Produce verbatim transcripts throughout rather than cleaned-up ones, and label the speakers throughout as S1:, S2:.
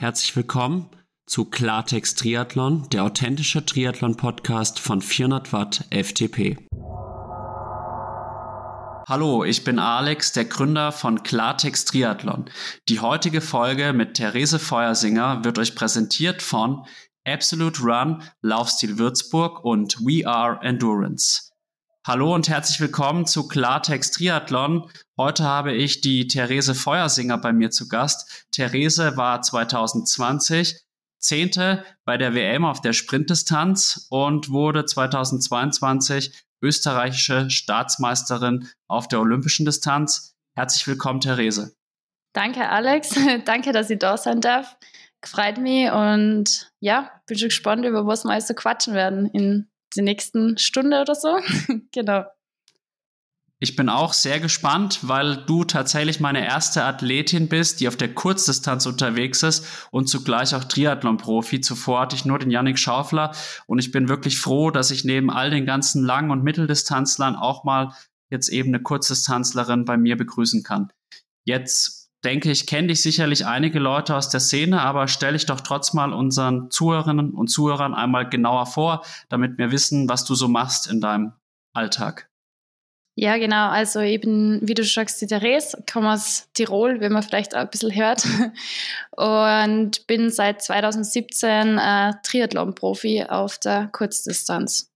S1: Herzlich willkommen zu Klartext Triathlon, der authentische Triathlon-Podcast von vierhundert Watt F T P. Hallo, ich bin Alex, der Gründer von Klartext Triathlon. Die heutige Folge mit Therese Feuersinger wird euch präsentiert von Absolute Run, Laufstil Würzburg und We Are Endurance. Hallo und herzlich willkommen zu Klartext Triathlon. Heute habe ich die Therese Feuersinger bei mir zu Gast. Therese war zwanzig zwanzig Zehnte bei der W M auf der Sprintdistanz und wurde zwanzig zweiundzwanzig österreichische Staatsmeisterin auf der olympischen Distanz. Herzlich willkommen, Therese.
S2: Danke, Alex. Danke, dass ich da sein darf. Freut mich und ja, bin schon gespannt, über was wir alles so quatschen werden in die nächsten Stunde oder so. Genau.
S1: Ich bin auch sehr gespannt, weil du tatsächlich meine erste Athletin bist, die auf der Kurzdistanz unterwegs ist und zugleich auch Triathlon-Profi. Zuvor hatte ich nur den Yannick Schaufler und ich bin wirklich froh, dass ich neben all den ganzen Lang- und Mitteldistanzlern auch mal jetzt eben eine Kurzdistanzlerin bei mir begrüßen kann. Jetzt denke ich, kennen dich sicherlich einige Leute aus der Szene, aber stell dich doch trotz mal unseren Zuhörerinnen und Zuhörern einmal genauer vor, damit wir wissen, was du so machst in deinem Alltag.
S2: Ja, genau. Also eben, wie du schon sagst, die Therese, komme aus Tirol, wie man vielleicht auch ein bisschen hört. Und bin seit zwanzig siebzehn äh, Triathlon-Profi auf der Kurzdistanz.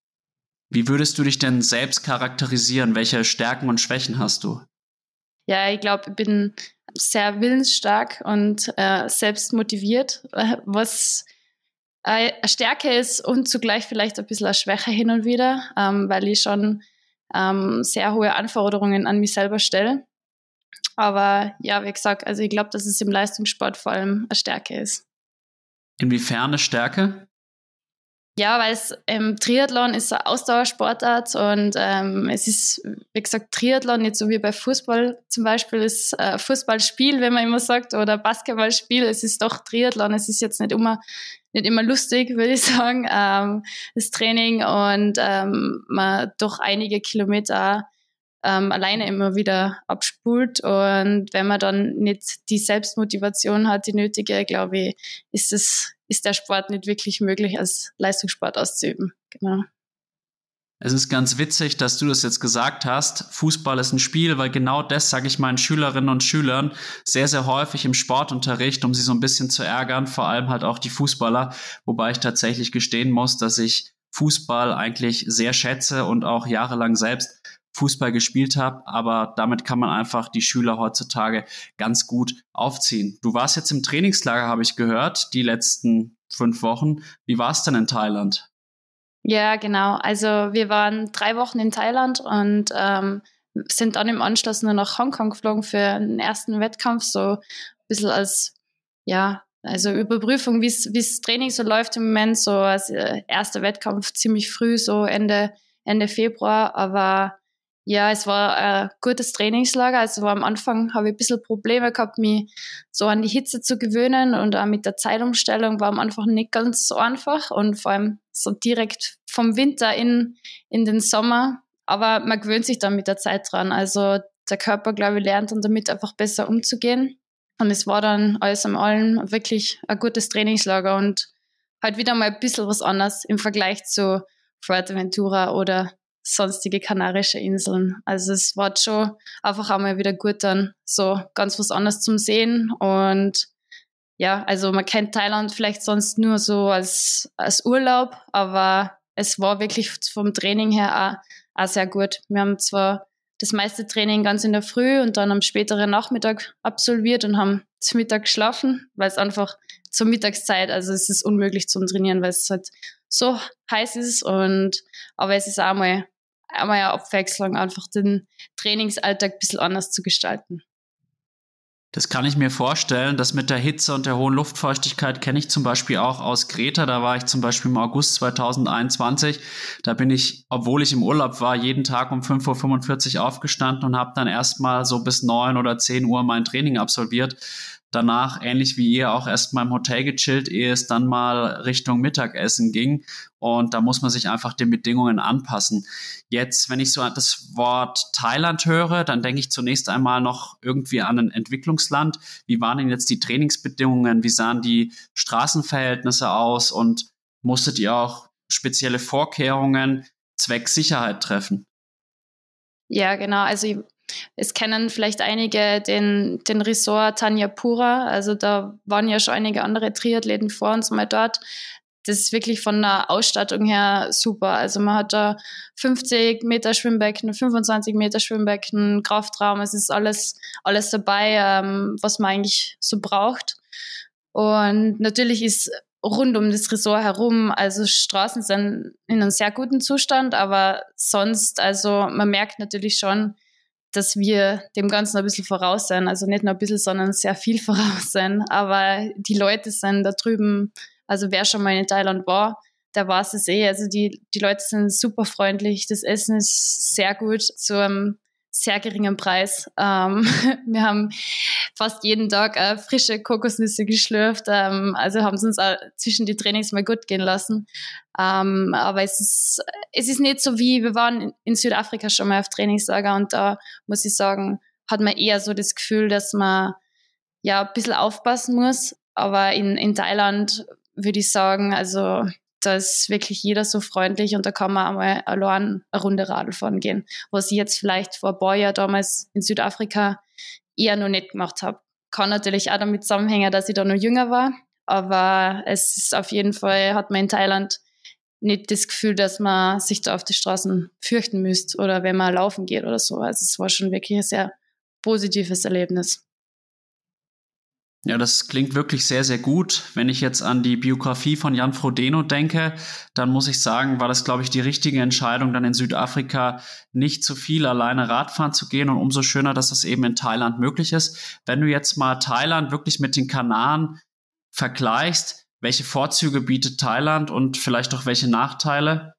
S1: Wie würdest du dich denn selbst charakterisieren? Welche Stärken und Schwächen hast du?
S2: Ja, ich glaube, ich bin sehr willensstark und äh, selbst motiviert, äh, was äh, eine Stärke ist und zugleich vielleicht ein bisschen eine Schwäche hin und wieder, ähm, weil ich schon ähm, sehr hohe Anforderungen an mich selber stelle. Aber ja, wie gesagt, also ich glaube, dass es im Leistungssport vor allem eine Stärke ist.
S1: Inwiefern eine Stärke?
S2: Ja, weil es ähm, Triathlon ist eine Ausdauersportart und ähm, es ist, wie gesagt, Triathlon, nicht so wie bei Fußball zum Beispiel, ist äh, Fußballspiel, wenn man immer sagt, oder Basketballspiel, es ist doch Triathlon, es ist jetzt nicht immer, nicht immer lustig, würde ich sagen, ähm, das Training und ähm, man doch einige Kilometer ähm, alleine immer wieder abspult und wenn man dann nicht die Selbstmotivation hat, die nötige, glaube ich, ist es ist der Sport nicht wirklich möglich, als Leistungssport auszuüben. Genau.
S1: Es ist ganz witzig, dass du das jetzt gesagt hast. Fußball ist ein Spiel, weil genau das sage ich meinen Schülerinnen und Schülern sehr, sehr häufig im Sportunterricht, um sie so ein bisschen zu ärgern, vor allem halt auch die Fußballer, wobei ich tatsächlich gestehen muss, dass ich Fußball eigentlich sehr schätze und auch jahrelang selbst Fußball gespielt habe, aber damit kann man einfach die Schüler heutzutage ganz gut aufziehen. Du warst jetzt im Trainingslager, habe ich gehört, die letzten fünf Wochen. Wie war es denn in Thailand?
S2: Ja, genau. Also wir waren drei Wochen in Thailand und ähm, sind dann im Anschluss nur nach Hongkong geflogen für den ersten Wettkampf, so ein bisschen als, ja, also Überprüfung, wie das Training so läuft im Moment, so als äh, erster Wettkampf ziemlich früh, so Ende, Ende Februar, aber ja, es war ein gutes Trainingslager. Also am Anfang habe ich ein bisschen Probleme gehabt, mich so an die Hitze zu gewöhnen und auch mit der Zeitumstellung war am Anfang nicht ganz so einfach und vor allem so direkt vom Winter in, in den Sommer. Aber man gewöhnt sich dann mit der Zeit dran. Also der Körper, glaube ich, lernt dann damit einfach besser umzugehen. Und es war dann alles in allem wirklich ein gutes Trainingslager und halt wieder mal ein bisschen was anderes im Vergleich zu Fuerteventura oder sonstige Kanarische Inseln. Also es war schon einfach einmal wieder gut, dann so ganz was anderes zum Sehen. Und ja, also man kennt Thailand vielleicht sonst nur so als, als Urlaub, aber es war wirklich vom Training her auch, auch sehr gut. Wir haben zwar das meiste Training ganz in der Früh und dann am späteren Nachmittag absolviert und haben zum Mittag geschlafen, weil es einfach zur Mittagszeit, also es ist unmöglich zum Trainieren, weil es halt so heiß ist und aber es ist auch mal einmal eine Abwechslung, einfach den Trainingsalltag ein bisschen anders zu gestalten.
S1: Das kann ich mir vorstellen. Das mit der Hitze und der hohen Luftfeuchtigkeit kenne ich zum Beispiel auch aus Kreta. Da war ich zum Beispiel im August zwanzig einundzwanzig. Da bin ich, obwohl ich im Urlaub war, jeden Tag um fünf Uhr fünfundvierzig aufgestanden und habe dann erstmal so bis neun oder zehn Uhr mein Training absolviert. danach, ähnlich wie ihr, auch erst mal im Hotel gechillt, ehe es dann mal Richtung Mittagessen ging. Und da muss man sich einfach den Bedingungen anpassen. Jetzt, wenn ich so das Wort Thailand höre, dann denke ich zunächst einmal noch irgendwie an ein Entwicklungsland. Wie waren denn jetzt die Trainingsbedingungen? Wie sahen die Straßenverhältnisse aus? Und musstet ihr auch spezielle Vorkehrungen zwecks Sicherheit treffen?
S2: Ja, genau. Also es kennen vielleicht einige den, den Resort Thanyapura. Also da waren ja schon einige andere Triathleten vor uns mal dort. Das ist wirklich von der Ausstattung her super. Also man hat da fünfzig Meter Schwimmbecken, fünfundzwanzig Meter Schwimmbecken, Kraftraum. Es ist alles, alles dabei, ähm, was man eigentlich so braucht. Und natürlich ist rund um das Resort herum, also Straßen sind in einem sehr guten Zustand, aber sonst, also man merkt natürlich schon, dass wir dem Ganzen ein bisschen voraus sind. Also nicht nur ein bisschen, sondern sehr viel voraus sind. Aber die Leute sind da drüben, also wer schon mal in Thailand war, der weiß es eh. Also die, die Leute sind super freundlich, das Essen ist sehr gut zu einem sehr geringen Preis. Ähm, wir haben fast jeden Tag äh, frische Kokosnüsse geschlürft, ähm, also haben es uns auch zwischen die Trainings mal gut gehen lassen. Ähm, aber es ist, es ist nicht so wie, wir waren in Südafrika schon mal auf Trainingslager und da muss ich sagen, hat man eher so das Gefühl, dass man ja ein bisschen aufpassen muss. Aber in, in Thailand würde ich sagen, also da ist wirklich jeder so freundlich und da kann man einmal allein eine Runde Radl fahren gehen, was ich jetzt vielleicht vor ein paar Jahren damals in Südafrika eher noch nicht gemacht habe. Kann natürlich auch damit zusammenhängen, dass ich da noch jünger war, aber es ist auf jeden Fall, hat man in Thailand nicht das Gefühl, dass man sich da auf die Straßen fürchten müsste oder wenn man laufen geht oder so. Also es war schon wirklich ein sehr positives Erlebnis.
S1: Ja, das klingt wirklich sehr, sehr gut. Wenn ich jetzt an die Biografie von Jan Frodeno denke, dann muss ich sagen, war das, glaube ich, die richtige Entscheidung, dann in Südafrika nicht zu viel alleine Radfahren zu gehen und umso schöner, dass das eben in Thailand möglich ist. Wenn du jetzt mal Thailand wirklich mit den Kanaren vergleichst, welche Vorzüge bietet Thailand und vielleicht auch welche Nachteile?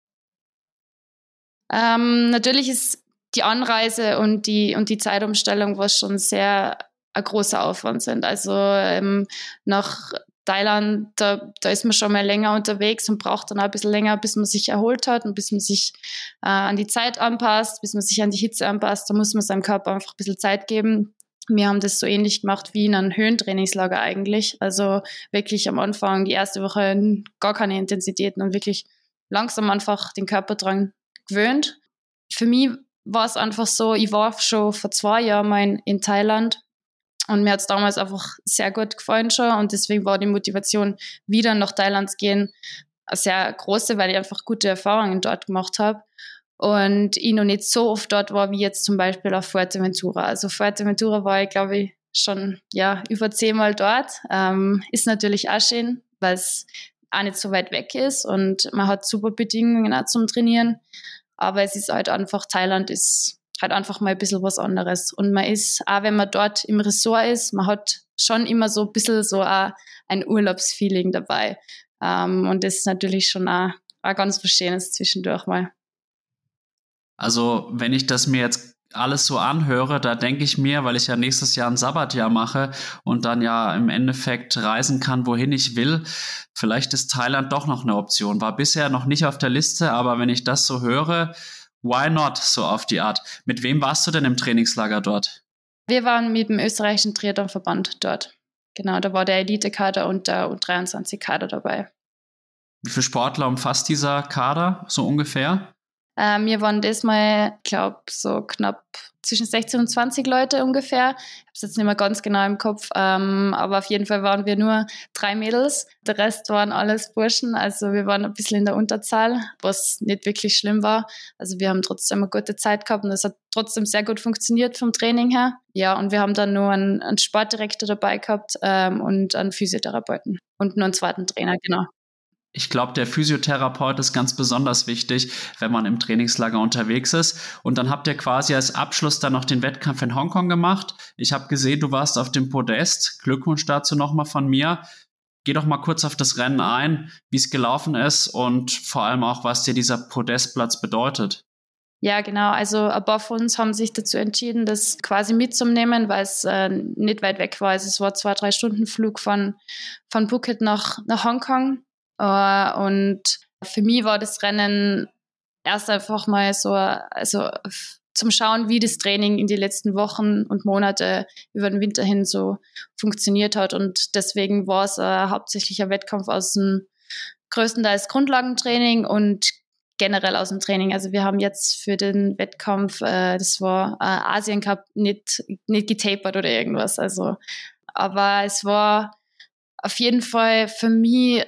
S2: Ähm, natürlich ist die Anreise und die, und die Zeitumstellung, was schon sehr ein großer Aufwand sind. Also ähm, nach Thailand, da, da ist man schon mal länger unterwegs und braucht dann auch ein bisschen länger, bis man sich erholt hat und bis man sich äh, an die Zeit anpasst, bis man sich an die Hitze anpasst. Da muss man seinem Körper einfach ein bisschen Zeit geben. Wir haben das so ähnlich gemacht wie in einem Höhentrainingslager eigentlich. Also wirklich am Anfang, die erste Woche gar keine Intensitäten und wirklich langsam einfach den Körper dran gewöhnt. Für mich war es einfach so, ich war schon vor zwei Jahren mal in, in Thailand und mir hat es damals einfach sehr gut gefallen schon und deswegen war die Motivation, wieder nach Thailand zu gehen, eine sehr große, weil ich einfach gute Erfahrungen dort gemacht habe und ich noch nicht so oft dort war, wie jetzt zum Beispiel auf Fuerteventura. Also Fuerteventura war ich, glaube ich, schon ja, über zehnmal dort. Ähm, ist natürlich auch schön, weil es auch nicht so weit weg ist und man hat super Bedingungen auch zum Trainieren. Aber es ist halt einfach, Thailand ist halt einfach mal ein bisschen was anderes. Und man ist, auch wenn man dort im Resort ist, man hat schon immer so ein bisschen so auch ein Urlaubsfeeling dabei. Ähm, und das ist natürlich schon auch, auch ganz was Schönes zwischendurch mal.
S1: Also, wenn ich das mir jetzt alles so anhöre, da denke ich mir, weil ich ja nächstes Jahr ein Sabbatjahr mache und dann ja im Endeffekt reisen kann, wohin ich will, vielleicht ist Thailand doch noch eine Option. War bisher noch nicht auf der Liste, aber wenn ich das so höre, why not, so auf die Art. Mit wem warst du denn im Trainingslager dort?
S2: Wir waren mit dem österreichischen Triathlonverband dort. Genau, da war der Elite-Kader und der U dreiundzwanzig-Kader dabei.
S1: Wie viele Sportler umfasst dieser Kader, so ungefähr?
S2: Ähm, wir waren diesmal, ich glaube, so knapp zwischen sechzehn und zwanzig Leute ungefähr. Ich habe es jetzt nicht mehr ganz genau im Kopf, ähm, aber auf jeden Fall waren wir nur drei Mädels. Der Rest waren alles Burschen, also wir waren ein bisschen in der Unterzahl, was nicht wirklich schlimm war. Also wir haben trotzdem eine gute Zeit gehabt und es hat trotzdem sehr gut funktioniert vom Training her. Ja, und wir haben dann nur einen, einen Sportdirektor dabei gehabt ähm, und einen Physiotherapeuten und nur einen zweiten Trainer, genau.
S1: Ich glaube, der Physiotherapeut ist ganz besonders wichtig, wenn man im Trainingslager unterwegs ist. Und dann habt ihr quasi als Abschluss dann noch den Wettkampf in Hongkong gemacht. Ich habe gesehen, du warst auf dem Podest. Glückwunsch dazu nochmal von mir. Geh doch mal kurz auf das Rennen ein, wie es gelaufen ist und vor allem auch, was dir dieser Podestplatz bedeutet.
S2: Ja, genau. Also ein paar von uns haben sich dazu entschieden, das quasi mitzunehmen, weil es äh, nicht weit weg war. Also es war zwei, drei Stunden Flug von, von Phuket nach, nach Hongkong. Äh, und für mich war das Rennen erst einfach mal so, also zum Schauen, wie das Training in die letzten Wochen und Monate über den Winter hin so funktioniert hat. Und deswegen war es äh, hauptsächlich ein Wettkampf aus dem größtenteils Grundlagentraining und generell aus dem Training. Also wir haben jetzt für den Wettkampf, äh, das war äh, Asien Cup, nicht, nicht getapert oder irgendwas. Also, aber es war auf jeden Fall für mich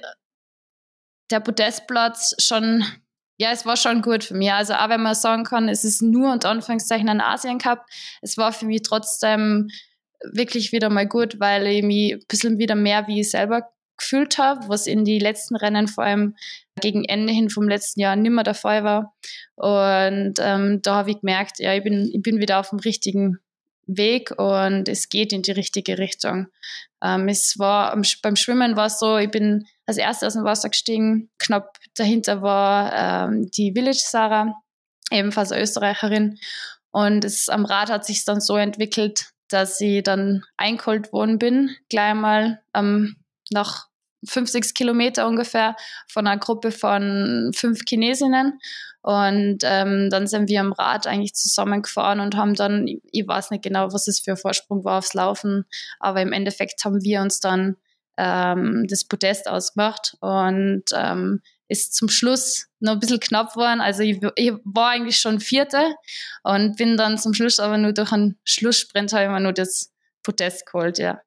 S2: der Podestplatz schon, ja, es war schon gut für mich. Also auch wenn man sagen kann, es ist nur unter Anführungszeichen ein Asien Cup, es war für mich trotzdem wirklich wieder mal gut, weil ich mich ein bisschen wieder mehr wie ich selber gefühlt habe, was in die letzten Rennen vor allem gegen Ende hin vom letzten Jahr nicht mehr der Fall war. Und ähm, da habe ich gemerkt, ja, ich bin, ich bin wieder auf dem richtigen Weg und es geht in die richtige Richtung. Ähm, es war beim Schwimmen war es so, ich bin als Erste aus dem Wasser gestiegen, knapp dahinter war ähm, die Village Sarah, ebenfalls eine Österreicherin. Und es, am Rad hat sich dann so entwickelt, dass ich dann eingeholt worden bin, gleich mal ähm, nach fünf, sechs Kilometer ungefähr von einer Gruppe von fünf Chinesinnen. Und ähm, dann sind wir am Rad eigentlich zusammengefahren und haben dann, ich, ich weiß nicht genau, was es für ein Vorsprung war aufs Laufen, aber im Endeffekt haben wir uns dann ähm, das Podest ausgemacht und ähm, ist zum Schluss noch ein bisschen knapp geworden. Also ich, ich war eigentlich schon Vierte und bin dann zum Schluss aber nur durch einen Schlusssprint habe ich mir nur das Podest geholt, ja.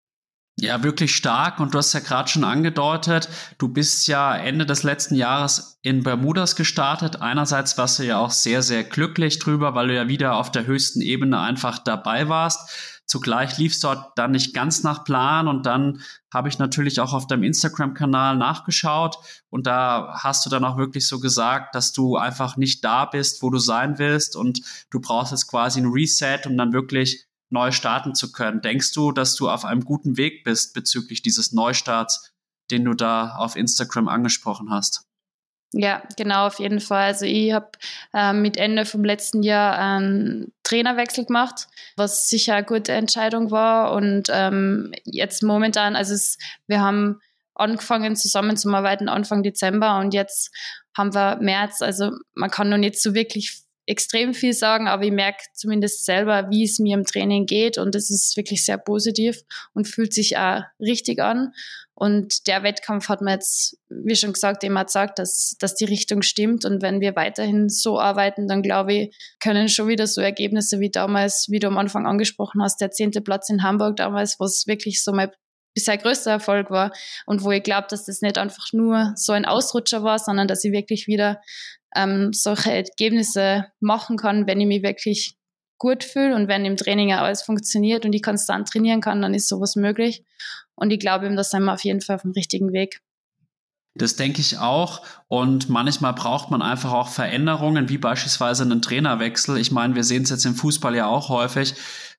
S1: Ja, wirklich stark. Und du hast ja gerade schon angedeutet, du bist ja Ende des letzten Jahres in Bermudas gestartet. Einerseits warst du ja auch sehr, sehr glücklich drüber, weil du ja wieder auf der höchsten Ebene einfach dabei warst. Zugleich lief es dort dann nicht ganz nach Plan und dann habe ich natürlich auch auf deinem Instagram-Kanal nachgeschaut und da hast du dann auch wirklich so gesagt, dass du einfach nicht da bist, wo du sein willst und du brauchst jetzt quasi ein Reset, um dann wirklich neu starten zu können. Denkst du, dass du auf einem guten Weg bist bezüglich dieses Neustarts, den du da auf Instagram angesprochen hast?
S2: Ja, genau, auf jeden Fall. Also ich habe äh, mit Ende vom letzten Jahr einen Trainerwechsel gemacht, was sicher eine gute Entscheidung war. Und ähm, jetzt momentan, also es, wir haben angefangen zusammenzuarbeiten Anfang Dezember und jetzt haben wir März. Also man kann noch nicht so wirklich extrem viel sagen, aber ich merke zumindest selber, wie es mir im Training geht und das ist wirklich sehr positiv und fühlt sich auch richtig an. Und der Wettkampf hat mir jetzt, wie schon gesagt, immer gesagt, dass, dass die Richtung stimmt und wenn wir weiterhin so arbeiten, dann glaube ich, können schon wieder so Ergebnisse wie damals, wie du am Anfang angesprochen hast, der zehnte Platz in Hamburg damals, was wirklich so mein bisher größter Erfolg war und wo ich glaube, dass das nicht einfach nur so ein Ausrutscher war, sondern dass ich wirklich wieder ähm, solche Ergebnisse machen kann, wenn ich mich wirklich gut fühle und wenn im Training auch alles funktioniert und ich konstant trainieren kann, dann ist sowas möglich. Und ich glaube, da sind wir auf jeden Fall auf dem richtigen Weg.
S1: Das denke ich auch. Und manchmal braucht man einfach auch Veränderungen, wie beispielsweise einen Trainerwechsel. Ich meine, wir sehen es jetzt im Fußball ja auch häufig.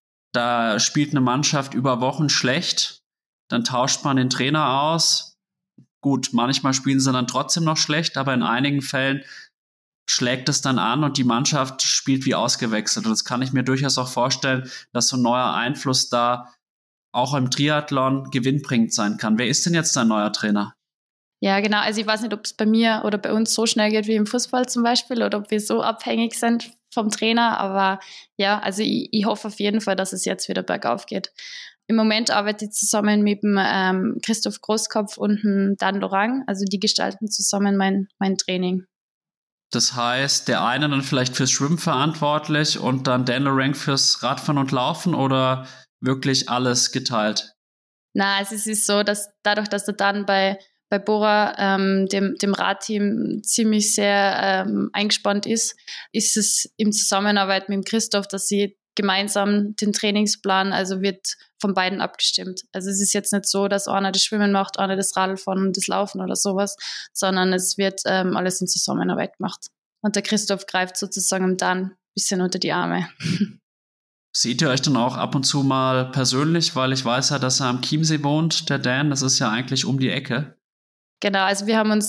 S1: Da spielt eine Mannschaft über Wochen schlecht. Dann tauscht man den Trainer aus. Gut, manchmal spielen sie dann trotzdem noch schlecht, aber in einigen Fällen schlägt es dann an und die Mannschaft spielt wie ausgewechselt. Und das kann ich mir durchaus auch vorstellen, dass so ein neuer Einfluss da auch im Triathlon gewinnbringend sein kann. Wer ist denn jetzt dein neuer Trainer?
S2: Ja, genau. Also ich weiß nicht, ob es bei mir oder bei uns so schnell geht wie im Fußball zum Beispiel oder ob wir so abhängig sind vom Trainer. Aber ja, also ich, ich hoffe auf jeden Fall, dass es jetzt wieder bergauf geht. Im Moment arbeite ich zusammen mit dem ähm, Christoph Großkopf und dem Dan Lorang. Also die gestalten zusammen mein, mein Training.
S1: Das heißt, der eine dann vielleicht fürs Schwimmen verantwortlich und dann Dan Lorang fürs Radfahren und Laufen oder wirklich alles geteilt?
S2: Na, also es ist so, dass dadurch, dass er dann bei bei Bora, ähm, dem, dem Radteam, ziemlich sehr ähm, eingespannt ist, ist es in Zusammenarbeit mit dem Christoph, dass sie gemeinsam den Trainingsplan, also wird von beiden abgestimmt. Also es ist jetzt nicht so, dass einer das Schwimmen macht, einer das Radfahren und das Laufen oder sowas, sondern es wird ähm, alles in Zusammenarbeit gemacht. Und der Christoph greift sozusagen dann ein bisschen unter die Arme.
S1: Seht ihr euch dann auch ab und zu mal persönlich, weil ich weiß ja, dass er am Chiemsee wohnt, der Dan, das ist ja eigentlich um die Ecke.
S2: Genau, also wir haben uns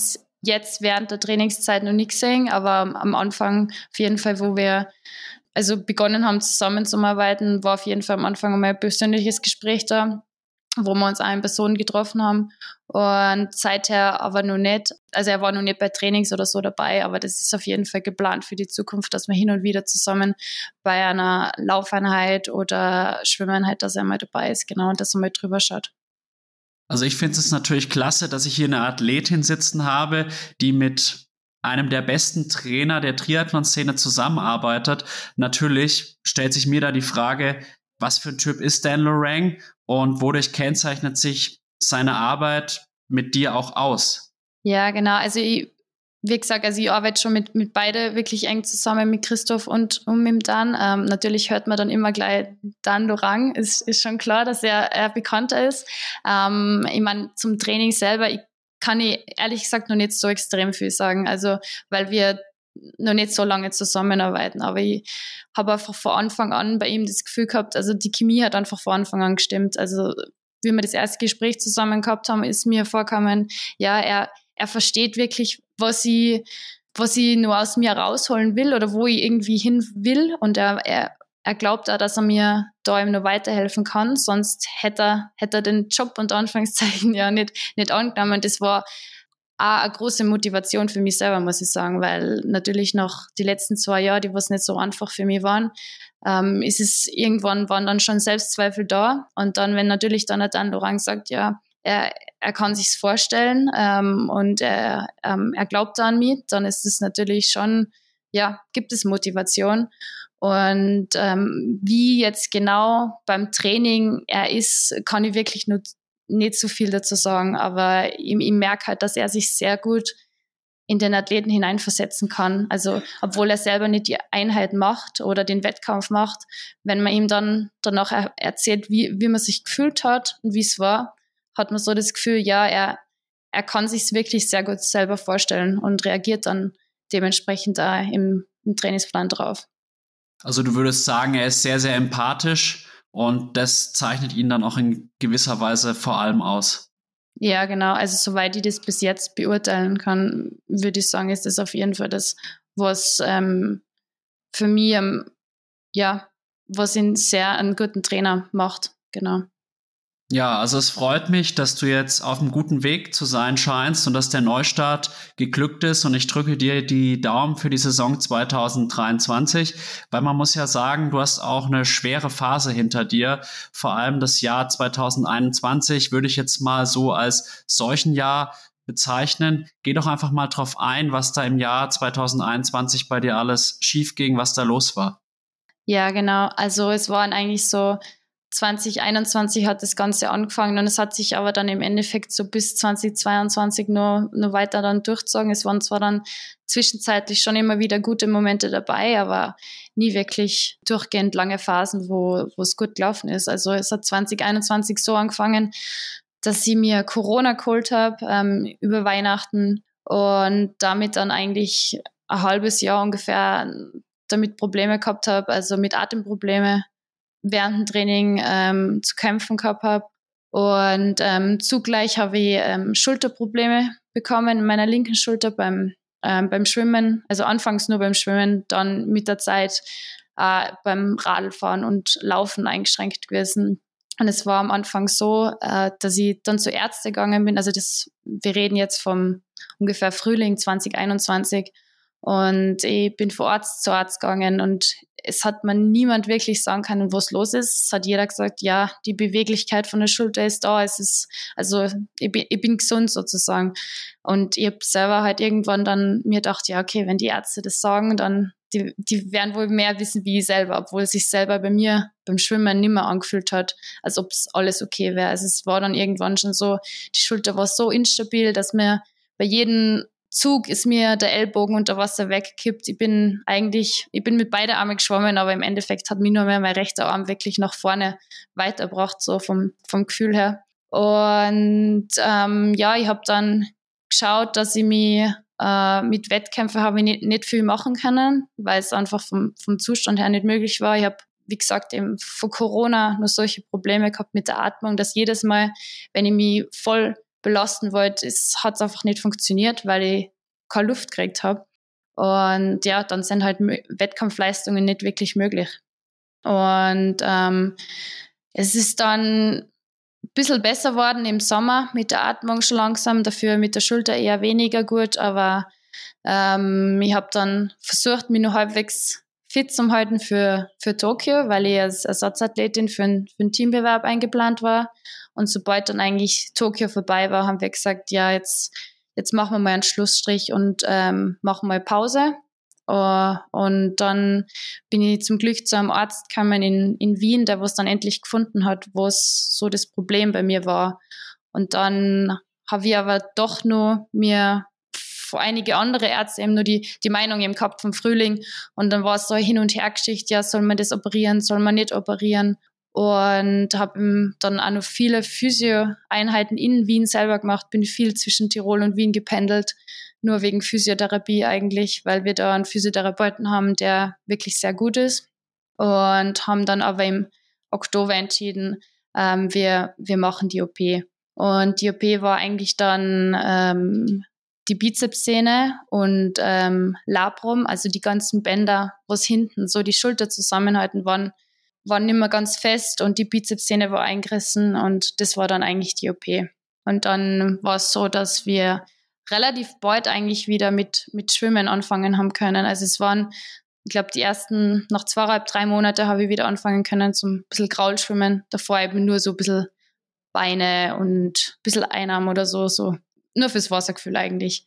S2: jetzt während der Trainingszeit noch nicht gesehen, aber am Anfang auf jeden Fall, wo wir also begonnen haben zusammenzuarbeiten, war auf jeden Fall am Anfang einmal ein persönliches Gespräch da, wo wir uns auch in Person getroffen haben und seither aber noch nicht, also er war noch nicht bei Trainings oder so dabei, aber das ist auf jeden Fall geplant für die Zukunft, dass wir hin und wieder zusammen bei einer Laufeinheit oder Schwimmeinheit, dass er mal dabei ist, genau, und dass er mal drüber schaut.
S1: Also ich finde es natürlich klasse, dass ich hier eine Athletin sitzen habe, die mit einem der besten Trainer der Triathlon-Szene zusammenarbeitet. Natürlich stellt sich mir da die Frage, was für ein Typ ist Dan Lorang und wodurch kennzeichnet sich seine Arbeit mit dir auch aus?
S2: Ja, genau. Also ich, wie gesagt, also ich arbeite schon mit, mit beide wirklich eng zusammen, mit Christoph und, und mit dem Dan. Ähm, natürlich hört man dann immer gleich Dan Lorang, ist, ist schon klar, dass er, er bekannter ist. Ähm, ich meine, zum Training selber, ich kann ich ehrlich gesagt noch nicht so extrem viel sagen, also weil wir noch nicht so lange zusammenarbeiten, aber ich habe einfach von Anfang an bei ihm das Gefühl gehabt, also die Chemie hat einfach von Anfang an gestimmt, also wie wir das erste Gespräch zusammen gehabt haben, ist mir vorgekommen, ja, er, er versteht wirklich, was ich, was ich nur aus mir rausholen will oder wo ich irgendwie hin will und er, er, er glaubt auch, dass er mir da eben noch weiterhelfen kann, sonst hätte er, hätte er den Job unter Anführungszeichen ja nicht, nicht angenommen. Das war auch eine große Motivation für mich selber, muss ich sagen, weil natürlich noch die letzten zwei Jahre, die was nicht so einfach für mich waren, ähm, ist es irgendwann waren dann schon Selbstzweifel da und dann, wenn natürlich dann Dan Lorang sagt, ja, er, er kann sich's vorstellen ähm, und er, ähm, er glaubt an mich, dann ist es natürlich schon, ja, gibt es Motivation. Und ähm, wie jetzt genau beim Training er ist, kann ich wirklich nur nicht so viel dazu sagen, aber ich, ich merke halt, dass er sich sehr gut in den Athleten hineinversetzen kann. Also obwohl er selber nicht die Einheit macht oder den Wettkampf macht, wenn man ihm dann danach er- erzählt, wie, wie man sich gefühlt hat und wie es war, hat man so das Gefühl, ja, er, er kann sich es wirklich sehr gut selber vorstellen und reagiert dann dementsprechend da im, im Trainingsplan drauf.
S1: Also du würdest sagen, er ist sehr, sehr empathisch und das zeichnet ihn dann auch in gewisser Weise vor allem aus.
S2: Ja, genau. Also soweit ich das bis jetzt beurteilen kann, würde ich sagen, ist das auf jeden Fall das, was ähm, für mich, ähm, ja, was ihn sehr einen guten Trainer macht. Genau.
S1: Ja, also es freut mich, dass du jetzt auf einem guten Weg zu sein scheinst und dass der Neustart geglückt ist und ich drücke dir die Daumen für die Saison zwanzig dreiundzwanzig, weil man muss ja sagen, du hast auch eine schwere Phase hinter dir, vor allem das Jahr zwanzig einundzwanzig würde ich jetzt mal so als solchen Jahr bezeichnen. Geh doch einfach mal drauf ein, was da im Jahr zwanzig einundzwanzig bei dir alles schief ging, was da los war.
S2: Ja, genau. Also es waren eigentlich so, zwanzig einundzwanzig hat das Ganze angefangen und es hat sich aber dann im Endeffekt so bis zwanzig zweiundzwanzig nur, nur weiter dann durchgezogen. Es waren zwar dann zwischenzeitlich schon immer wieder gute Momente dabei, aber nie wirklich durchgehend lange Phasen, wo, wo es gut gelaufen ist. Also es hat zwanzig einundzwanzig so angefangen, dass ich mir Corona geholt habe ähm, über Weihnachten und damit dann eigentlich ein halbes Jahr ungefähr damit Probleme gehabt habe, also mit Atemprobleme während dem Training ähm, zu kämpfen gehabt habe. Und ähm, zugleich habe ich ähm, Schulterprobleme bekommen in meiner linken Schulter beim, ähm, beim Schwimmen. Also anfangs nur beim Schwimmen, dann mit der Zeit äh, beim Radlfahren und Laufen eingeschränkt gewesen. Und es war am Anfang so, äh, dass ich dann zu Ärzte gegangen bin. Also das, wir reden jetzt vom ungefähr Frühling zwanzig einundzwanzig. Und ich bin vor Ort zu Arzt gegangen und es hat mir niemand wirklich sagen können, was los ist. Es hat jeder gesagt, ja, die Beweglichkeit von der Schulter ist da. Es ist, also ich bin, ich bin gesund sozusagen. Und ich habe selber halt irgendwann dann mir gedacht, ja, okay, wenn die Ärzte das sagen, dann die, die werden wohl mehr wissen wie ich selber, obwohl es sich selber bei mir beim Schwimmen nicht mehr angefühlt hat, als ob es alles okay wäre. Also es war dann irgendwann schon so, die Schulter war so instabil, dass mir bei jedem Zug ist mir der Ellbogen unter Wasser weggekippt. Ich bin eigentlich, ich bin mit beiden Armen geschwommen, aber im Endeffekt hat mich nur mehr mein rechter Arm wirklich nach vorne weitergebracht, so vom, vom Gefühl her. Und ähm, ja, ich habe dann geschaut, dass ich mich äh, mit Wettkämpfen habe ich nicht, nicht viel machen können, weil es einfach vom, vom Zustand her nicht möglich war. Ich habe, wie gesagt, eben vor Corona nur solche Probleme gehabt mit der Atmung, dass jedes Mal, wenn ich mich voll belasten wollte, es hat einfach nicht funktioniert, weil ich keine Luft gekriegt habe. Und ja, dann sind halt Wettkampfleistungen nicht wirklich möglich. Und ähm, es ist dann ein bisschen besser geworden im Sommer mit der Atmung schon langsam, dafür mit der Schulter eher weniger gut, aber ähm, ich habe dann versucht, mich noch halbwegs fit zu halten für, für Tokio, weil ich als Ersatzathletin für, ein, für einen Teambewerb eingeplant war. Und sobald dann eigentlich Tokio vorbei war, haben wir gesagt, ja, jetzt, jetzt machen wir mal einen Schlussstrich und ähm, machen mal Pause. Uh, und dann bin ich zum Glück zu einem Arzt gekommen in, in Wien, der was dann endlich gefunden hat, was so das Problem bei mir war. Und dann habe ich aber doch nur mir vor einige andere Ärzte eben nur die, die Meinung eben gehabt vom Frühling. Und dann war es so eine Hin- und Her-Geschichte, ja, soll man das operieren, soll man nicht operieren? Und habe dann auch noch viele Physio-Einheiten in Wien selber gemacht, bin viel zwischen Tirol und Wien gependelt, nur wegen Physiotherapie eigentlich, weil wir da einen Physiotherapeuten haben, der wirklich sehr gut ist. Und haben dann aber im Oktober entschieden, ähm, wir, wir machen die O P. Und die O P war eigentlich dann ähm, die Bizepssehne und ähm, Labrum, also die ganzen Bänder, was hinten so die Schulter zusammenhalten waren, waren nicht mehr ganz fest und die Bizepssehne war eingerissen und das war dann eigentlich die O P. Und dann war es so, dass wir relativ bald eigentlich wieder mit, mit Schwimmen anfangen haben können. Also es waren, ich glaube, die ersten, nach zweieinhalb, drei Monate habe ich wieder anfangen können zum ein bisschen Kraulschwimmen. Davor eben nur so ein bisschen Beine und ein bisschen Einarm oder so, so nur fürs Wassergefühl eigentlich.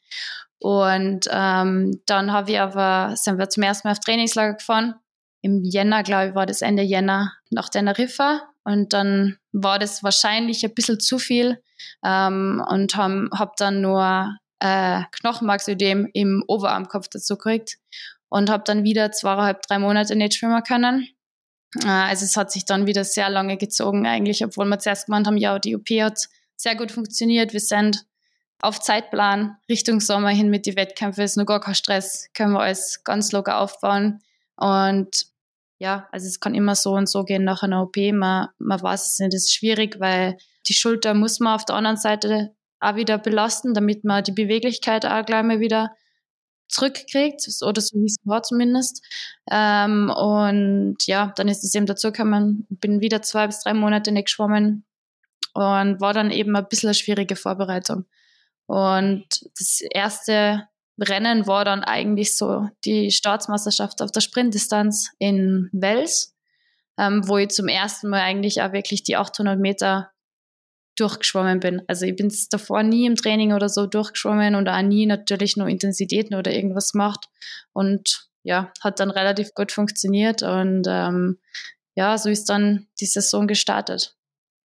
S2: Und ähm, dann habe ich aber, sind wir zum ersten Mal auf Trainingslager gefahren. Im Jänner, glaube ich, war das Ende Jänner nach Teneriffa. Und dann war das wahrscheinlich ein bisschen zu viel ähm, und habe hab dann nur äh, Knochenmarksödem im Oberarmkopf dazu gekriegt und habe dann wieder zweieinhalb, drei Monate nicht schwimmen können. Äh, also es hat sich dann wieder sehr lange gezogen eigentlich, obwohl wir zuerst gemeint haben, ja, die O P hat sehr gut funktioniert. Wir sind auf Zeitplan Richtung Sommer hin mit den Wettkämpfen, ist noch gar kein Stress, können wir alles ganz locker aufbauen. Und ja, also es kann immer so und so gehen nach einer O P. Man, man weiß es nicht, das ist schwierig, weil die Schulter muss man auf der anderen Seite auch wieder belasten, damit man die Beweglichkeit auch gleich mal wieder zurückkriegt, oder so wie es war zumindest. Ähm, und ja, dann ist es eben dazu gekommen, bin wieder zwei bis drei Monate nicht geschwommen und war dann eben ein bisschen eine schwierige Vorbereitung. Und das erste Rennen war dann eigentlich so die Staatsmeisterschaft auf der Sprintdistanz in Wels, ähm, wo ich zum ersten Mal eigentlich auch wirklich die achthundert Meter durchgeschwommen bin. Also ich bin davor nie im Training oder so durchgeschwommen und auch nie natürlich nur Intensitäten oder irgendwas gemacht. Und ja, hat dann relativ gut funktioniert und ähm, ja, so ist dann die Saison gestartet.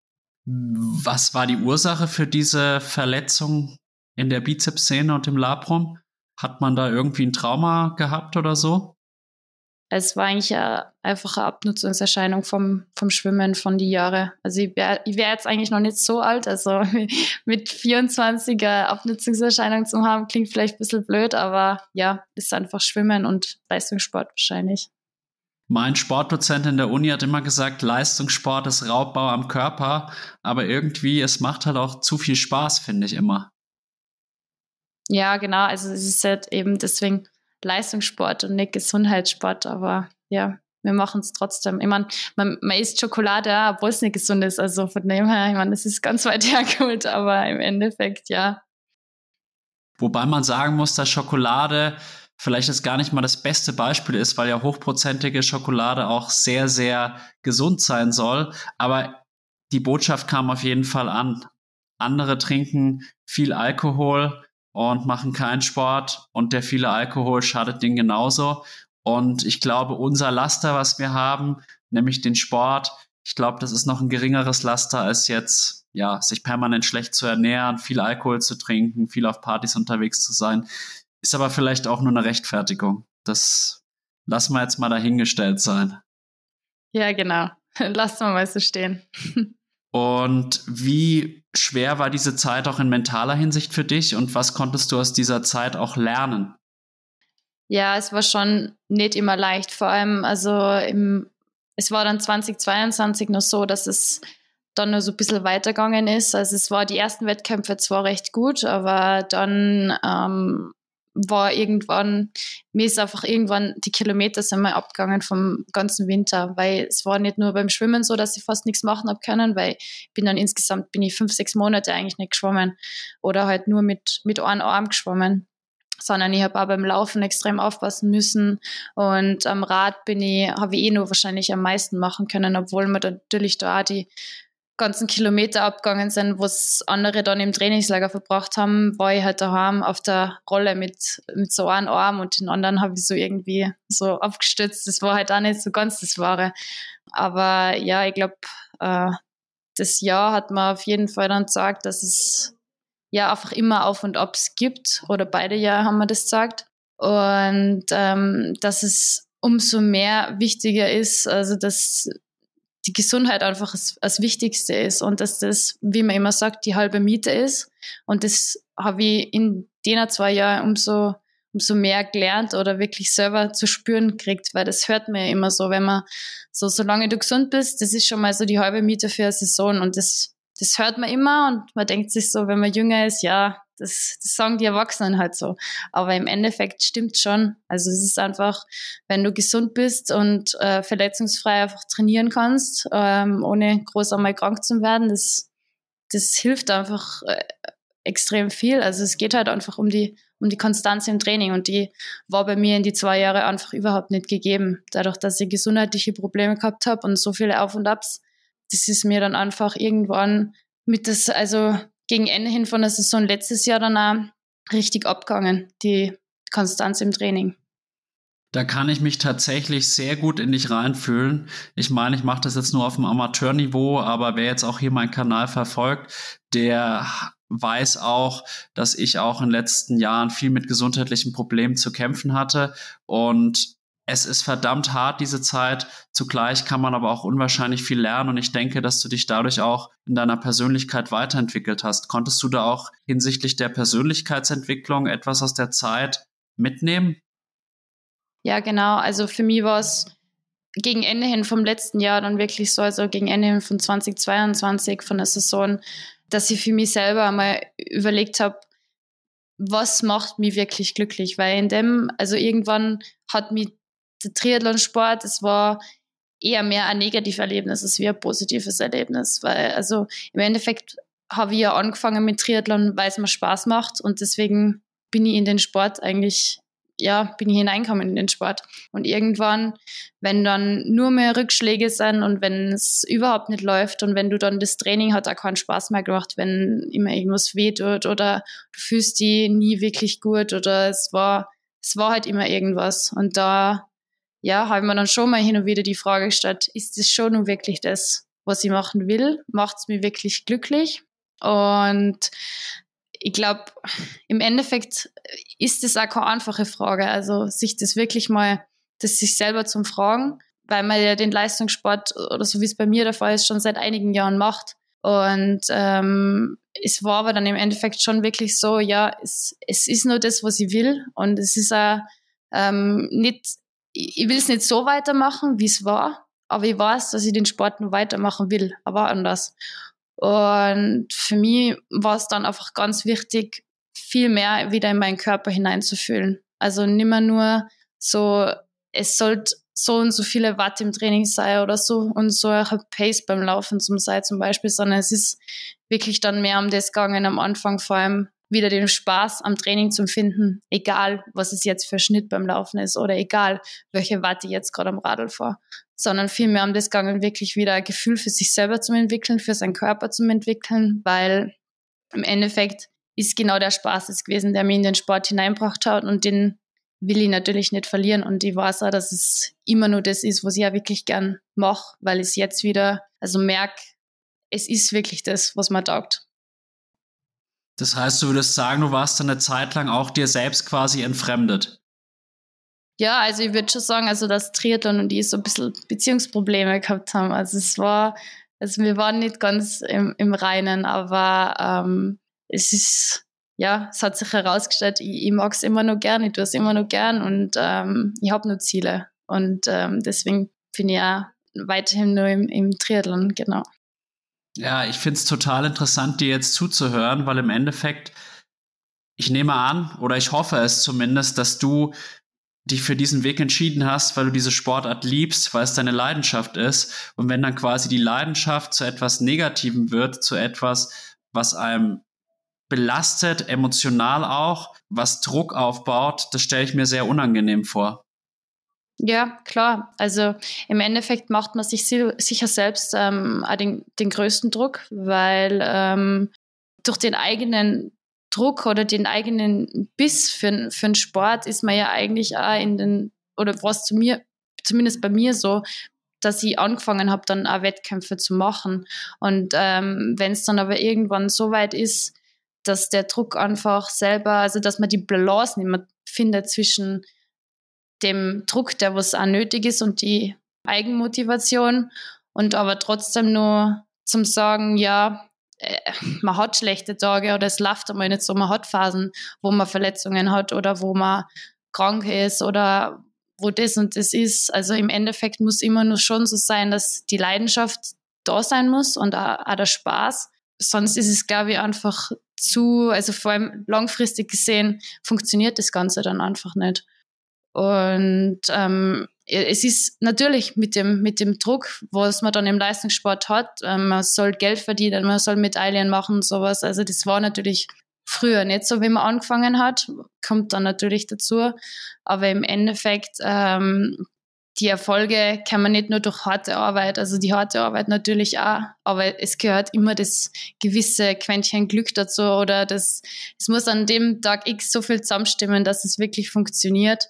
S1: Was war die Ursache für diese Verletzung in der Bizepssehne und im Labrum? Hat man da irgendwie ein Trauma gehabt oder so?
S2: Es war eigentlich eine einfache Abnutzungserscheinung vom, vom Schwimmen von die Jahre. Also ich wäre ich wär jetzt eigentlich noch nicht so alt, also mit vierundzwanzig eine Abnutzungserscheinung zu haben, klingt vielleicht ein bisschen blöd, aber ja, ist einfach Schwimmen und Leistungssport wahrscheinlich.
S1: Mein Sportdozent in der Uni hat immer gesagt, Leistungssport ist Raubbau am Körper, aber irgendwie, es macht halt auch zu viel Spaß, finde ich immer.
S2: Ja, genau, also es ist halt eben deswegen Leistungssport und nicht Gesundheitssport, aber ja, wir machen es trotzdem. Ich meine, man, man isst Schokolade, obwohl es nicht gesund ist, also von dem her, ich meine, das ist ganz weit hergeholt, aber im Endeffekt, ja.
S1: Wobei man sagen muss, dass Schokolade vielleicht jetzt gar nicht mal das beste Beispiel ist, weil ja hochprozentige Schokolade auch sehr, sehr gesund sein soll. Aber die Botschaft kam auf jeden Fall an. Andere trinken viel Alkohol und machen keinen Sport und der viele Alkohol schadet denen genauso. Und ich glaube, unser Laster, was wir haben, nämlich den Sport, ich glaube, das ist noch ein geringeres Laster als jetzt, ja, sich permanent schlecht zu ernähren, viel Alkohol zu trinken, viel auf Partys unterwegs zu sein. Ist aber vielleicht auch nur eine Rechtfertigung. Das lassen wir jetzt mal dahingestellt sein.
S2: Ja, genau. Lass mal mal so stehen.
S1: Und wie schwer war diese Zeit auch in mentaler Hinsicht für dich und was konntest du aus dieser Zeit auch lernen?
S2: Ja, es war schon nicht immer leicht. Vor allem, also im, es war dann zweitausendzweiundzwanzig noch so, dass es dann nur so ein bisschen weitergegangen ist. Also es war die ersten Wettkämpfe zwar recht gut, aber dann ähm, war irgendwann, mir ist einfach irgendwann, die Kilometer sind mal abgegangen vom ganzen Winter, weil es war nicht nur beim Schwimmen so, dass ich fast nichts machen habe können, weil ich bin dann insgesamt, bin ich fünf, sechs Monate eigentlich nicht geschwommen oder halt nur mit, mit einem Arm geschwommen, sondern ich habe auch beim Laufen extrem aufpassen müssen und am Rad bin ich, habe ich eh nur wahrscheinlich am meisten machen können, obwohl mir dann natürlich da auch die ganzen Kilometer abgegangen sind, was andere dann im Trainingslager verbracht haben, war ich halt daheim auf der Rolle mit, mit so einem Arm und den anderen habe ich so irgendwie so abgestützt. Das war halt auch nicht so ganz das Wahre. Aber ja, ich glaube, äh, das Jahr hat mir auf jeden Fall dann gesagt, dass es ja einfach immer Auf und Abs gibt, oder beide Jahre haben wir das gesagt. Und ähm, dass es umso mehr wichtiger ist, also dass die Gesundheit einfach das, das Wichtigste ist und dass das, wie man immer sagt, die halbe Miete ist. Und das habe ich in den zwei Jahren umso, umso mehr gelernt oder wirklich selber zu spüren kriegt, weil das hört man ja immer so, wenn man so, solange du gesund bist, das ist schon mal so die halbe Miete für eine Saison und das, das hört man immer und man denkt sich so, wenn man jünger ist, ja, das, das sagen die Erwachsenen halt so. Aber im Endeffekt stimmt schon. Also es ist einfach, wenn du gesund bist und äh, verletzungsfrei einfach trainieren kannst, ähm, ohne groß einmal krank zu werden, das, das hilft einfach äh, extrem viel. Also es geht halt einfach um die, um die Konstanz im Training und die war bei mir in die zwei Jahre einfach überhaupt nicht gegeben. Dadurch, dass ich gesundheitliche Probleme gehabt habe und so viele Auf und Abs, das ist mir dann einfach irgendwann mit das, also gegen Ende hin von der Saison letztes Jahr dann auch richtig abgegangen, die Konstanz im Training.
S1: Da kann ich mich tatsächlich sehr gut in dich reinfühlen. Ich meine, ich mache das jetzt nur auf dem Amateurniveau, aber wer jetzt auch hier meinen Kanal verfolgt, der weiß auch, dass ich auch in den letzten Jahren viel mit gesundheitlichen Problemen zu kämpfen hatte und es ist verdammt hart, diese Zeit. Zugleich kann man aber auch unwahrscheinlich viel lernen und ich denke, dass du dich dadurch auch in deiner Persönlichkeit weiterentwickelt hast. Konntest du da auch hinsichtlich der Persönlichkeitsentwicklung etwas aus der Zeit mitnehmen?
S2: Ja, genau. Also für mich war es gegen Ende hin vom letzten Jahr dann wirklich so, also gegen Ende hin von zwanzig zweiundzwanzig von der Saison, dass ich für mich selber einmal überlegt habe, was macht mich wirklich glücklich? Weil in dem, also irgendwann hat mich der Triathlonsport, es war eher mehr ein negatives Erlebnis als wie ein positives Erlebnis. Weil, also im Endeffekt habe ich ja angefangen mit Triathlon, weil es mir Spaß macht und deswegen bin ich in den Sport eigentlich, ja, bin ich hineingekommen in den Sport. Und irgendwann, wenn dann nur mehr Rückschläge sind und wenn es überhaupt nicht läuft und wenn du dann das Training hat auch keinen Spaß mehr gemacht, wenn immer irgendwas wehtut oder du fühlst dich nie wirklich gut oder es war, es war halt immer irgendwas. Und da, ja, habe ich mir dann schon mal hin und wieder die Frage gestellt, ist das schon nun wirklich das, was ich machen will? Macht es mich wirklich glücklich? Und ich glaube, im Endeffekt ist das auch keine einfache Frage. Also sich das wirklich mal, das sich selber zum Fragen, weil man ja den Leistungssport, oder so wie es bei mir der Fall ist, schon seit einigen Jahren macht. Und ähm, es war aber dann im Endeffekt schon wirklich so, ja, es, es ist nur das, was ich will. Und es ist auch ähm, nicht, ich will es nicht so weitermachen, wie es war, aber ich weiß, dass ich den Sport nur weitermachen will, aber anders. Und für mich war es dann einfach ganz wichtig, viel mehr wieder in meinen Körper hineinzufühlen. Also nicht mehr nur so, es sollte so und so viele Watt im Training sein oder so und so eine Pace beim Laufen zum sein zum Beispiel, sondern es ist wirklich dann mehr um das gegangen am Anfang, vor allem wieder den Spaß am Training zu finden, egal was es jetzt für Schnitt beim Laufen ist oder egal welche Watt ich jetzt gerade am Radl fahre, sondern vielmehr um das gegangen, wirklich wieder ein Gefühl für sich selber zu entwickeln, für seinen Körper zu entwickeln, weil im Endeffekt ist genau der Spaß es gewesen, der mich in den Sport hineingebracht hat und den will ich natürlich nicht verlieren und ich weiß auch, dass es immer nur das ist, was ich ja wirklich gern mache, weil ich es jetzt wieder, also merke, es ist wirklich das, was mir taugt.
S1: Das heißt, du würdest sagen, du warst dann eine Zeit lang auch dir selbst quasi entfremdet.
S2: Ja, also ich würde schon sagen, also dass Triathlon und ich so ein bisschen Beziehungsprobleme gehabt haben. Also es war, also wir waren nicht ganz im, im Reinen, aber ähm, es ist, ja, es hat sich herausgestellt, ich, ich mag es immer noch gern, ich tue es immer noch gern und ähm, ich habe nur Ziele. Und ähm, deswegen bin ich ja weiterhin nur im, im Triathlon, genau.
S1: Ja, ich finde es total interessant, dir jetzt zuzuhören, weil im Endeffekt, ich nehme an, oder ich hoffe es zumindest, dass du dich für diesen Weg entschieden hast, weil du diese Sportart liebst, weil es deine Leidenschaft ist. Und wenn dann quasi die Leidenschaft zu etwas Negativem wird, zu etwas, was einem belastet, emotional auch, was Druck aufbaut, das stelle ich mir sehr unangenehm vor.
S2: Ja, klar. Also im Endeffekt macht man sich si- sicher selbst ähm, auch den, den größten Druck, weil ähm, durch den eigenen Druck oder den eigenen Biss für, für den Sport ist man ja eigentlich auch in den, oder was zu mir, zumindest bei mir so, dass ich angefangen habe, dann auch Wettkämpfe zu machen. Und ähm, wenn es dann aber irgendwann so weit ist, dass der Druck einfach selber, also dass man die Balance nicht mehr findet zwischen dem Druck, der was auch nötig ist und die Eigenmotivation und aber trotzdem nur zum Sagen, ja, äh, man hat schlechte Tage oder es läuft einmal nicht so, man hat Phasen, wo man Verletzungen hat oder wo man krank ist oder wo das und das ist. Also im Endeffekt muss immer nur schon so sein, dass die Leidenschaft da sein muss und auch, auch der Spaß. Sonst ist es, glaube ich, einfach zu, also vor allem langfristig gesehen, funktioniert das Ganze dann einfach nicht. Und ähm, es ist natürlich mit dem, mit dem Druck, was man dann im Leistungssport hat, ähm, man soll Geld verdienen, man soll Medaillen machen und sowas. Also das war natürlich früher nicht so, wie man angefangen hat, kommt dann natürlich dazu. Aber im Endeffekt, ähm, die Erfolge kann man nicht nur durch harte Arbeit, also die harte Arbeit natürlich auch, aber es gehört immer das gewisse Quäntchen Glück dazu oder das, es muss an dem Tag X so viel zusammenstimmen, dass es wirklich funktioniert.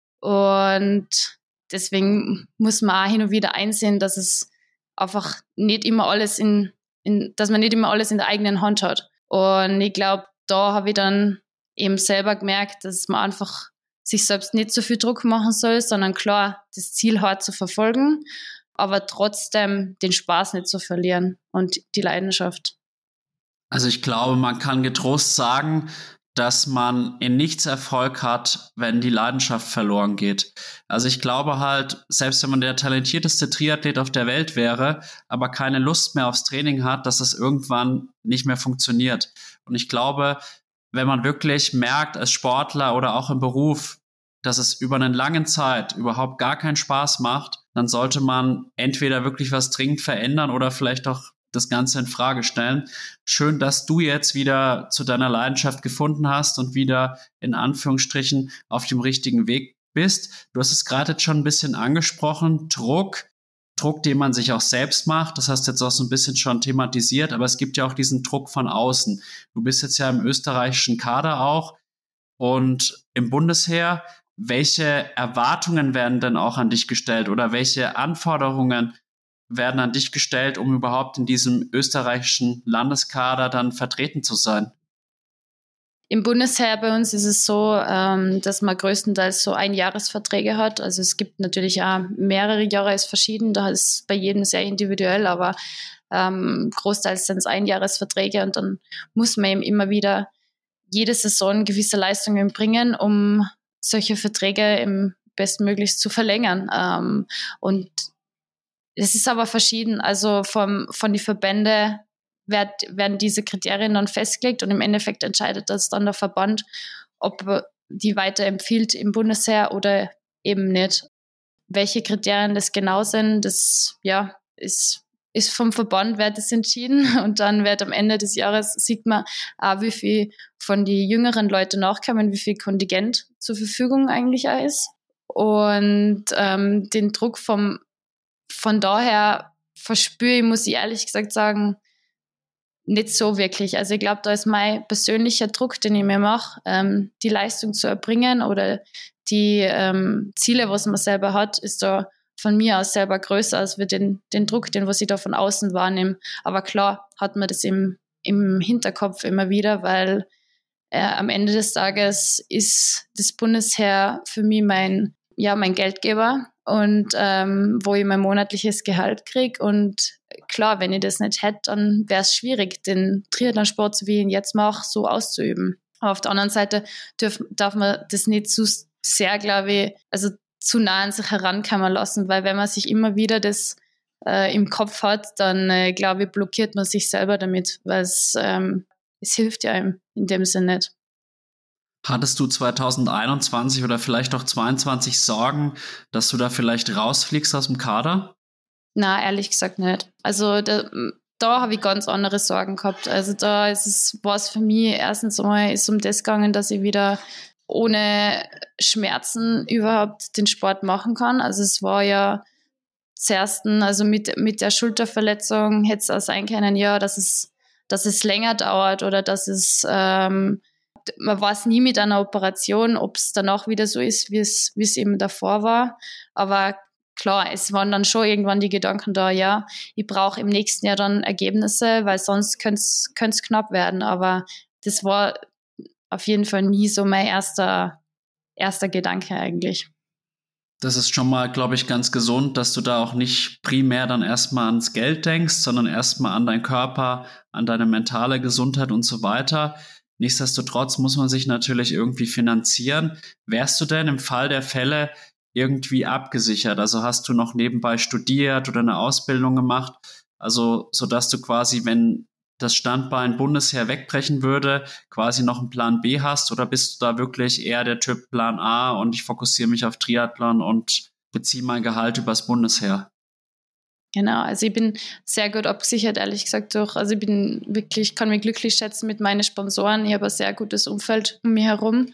S2: Und deswegen muss man auch hin und wieder einsehen, dass es einfach nicht immer alles in, in dass man nicht immer alles in der eigenen Hand hat. Und ich glaube, da habe ich dann eben selber gemerkt, dass man einfach sich selbst nicht so viel Druck machen soll, sondern klar, das Ziel hart zu verfolgen, aber trotzdem den Spaß nicht zu verlieren und die Leidenschaft.
S1: Also ich glaube, man kann getrost sagen, dass man in nichts Erfolg hat, wenn die Leidenschaft verloren geht. Also ich glaube halt, selbst wenn man der talentierteste Triathlet auf der Welt wäre, aber keine Lust mehr aufs Training hat, dass es irgendwann nicht mehr funktioniert. Und ich glaube, wenn man wirklich merkt als Sportler oder auch im Beruf, dass es über eine lange Zeit überhaupt gar keinen Spaß macht, dann sollte man entweder wirklich was dringend verändern oder vielleicht auch das Ganze in Frage stellen. Schön, dass du jetzt wieder zu deiner Leidenschaft gefunden hast und wieder in Anführungsstrichen auf dem richtigen Weg bist. Du hast es gerade jetzt schon ein bisschen angesprochen, Druck, Druck, den man sich auch selbst macht. Das hast du jetzt auch so ein bisschen schon thematisiert, aber es gibt ja auch diesen Druck von außen. Du bist jetzt ja im österreichischen Kader auch und im Bundesheer. Welche Erwartungen werden denn auch an dich gestellt oder welche Anforderungen werden an dich gestellt, um überhaupt in diesem österreichischen Landeskader dann vertreten zu sein?
S2: Im Bundesheer bei uns ist es so, ähm, dass man größtenteils so Einjahresverträge hat. Also es gibt natürlich auch mehrere Jahre, ist verschieden, da ist bei jedem sehr individuell, aber ähm, großteils sind es Einjahresverträge und dann muss man eben immer wieder jede Saison gewisse Leistungen bringen, um solche Verträge im bestmöglichst zu verlängern. Ähm, und es ist aber verschieden. Also vom, von den Verbände werd, werden diese Kriterien dann festgelegt und im Endeffekt entscheidet das dann der Verband, ob die weiterempfiehlt im Bundesheer oder eben nicht. Welche Kriterien das genau sind, das ja, ist, ist vom Verband wird das entschieden und dann wird am Ende des Jahres sieht man auch, wie viel von den jüngeren Leuten nachkommen, wie viel Kontingent zur Verfügung eigentlich auch ist. Und ähm, den Druck vom von daher verspüre ich, muss ich ehrlich gesagt sagen, nicht so wirklich. Also ich glaube, da ist mein persönlicher Druck, den ich mir mache, ähm, die Leistung zu erbringen oder die ähm, Ziele, was man selber hat, ist da von mir aus selber größer als wir den, den Druck, den was ich da von außen wahrnehme. Aber klar hat man das im, im Hinterkopf immer wieder, weil äh, am Ende des Tages ist das Bundesheer für mich mein, ja, mein Geldgeber und ähm, wo ich mein monatliches Gehalt kriege. Und klar, wenn ich das nicht hätte, dann wäre es schwierig, den Triathlonsport, so wie ich ihn jetzt mache, so auszuüben. Aber auf der anderen Seite darf, darf man das nicht zu sehr, glaube ich, also zu nah an sich herankommen lassen, weil wenn man sich immer wieder das äh, im Kopf hat, dann äh, glaube ich, blockiert man sich selber damit, weil es ähm, es hilft ja einem in dem Sinne nicht.
S1: Hattest du zwanzig einundzwanzig oder vielleicht auch zweiundzwanzig Sorgen, dass du da vielleicht rausfliegst aus dem Kader?
S2: Na, ehrlich gesagt nicht. Also da, da habe ich ganz andere Sorgen gehabt. Also da ist es, war es für mich erstens einmal ist um das gegangen, dass ich wieder ohne Schmerzen überhaupt den Sport machen kann. Also es war ja zuerst, also mit, mit der Schulterverletzung hätte es auch sein können, ja, dass es, dass es länger dauert oder dass es, ähm, man weiß nie mit einer Operation, ob es danach wieder so ist, wie es, wie es eben davor war. Aber klar, es waren dann schon irgendwann die Gedanken da, ja, ich brauche im nächsten Jahr dann Ergebnisse, weil sonst könnte es knapp werden. Aber das war auf jeden Fall nie so mein erster, erster Gedanke eigentlich.
S1: Das ist schon mal, glaube ich, ganz gesund, dass du da auch nicht primär dann erstmal ans Geld denkst, sondern erstmal an deinen Körper, an deine mentale Gesundheit und so weiter. Nichtsdestotrotz muss man sich natürlich irgendwie finanzieren. Wärst du denn im Fall der Fälle irgendwie abgesichert? Also hast du noch nebenbei studiert oder eine Ausbildung gemacht? Also, sodass du quasi, wenn das Standbein Bundesheer wegbrechen würde, quasi noch einen Plan B hast, oder bist du da wirklich eher der Typ Plan A und ich fokussiere mich auf Triathlon und beziehe mein Gehalt übers Bundesheer?
S2: Genau, also ich bin sehr gut abgesichert, ehrlich gesagt durch. Also ich bin wirklich, kann mich glücklich schätzen mit meinen Sponsoren. Ich habe ein sehr gutes Umfeld um mich herum.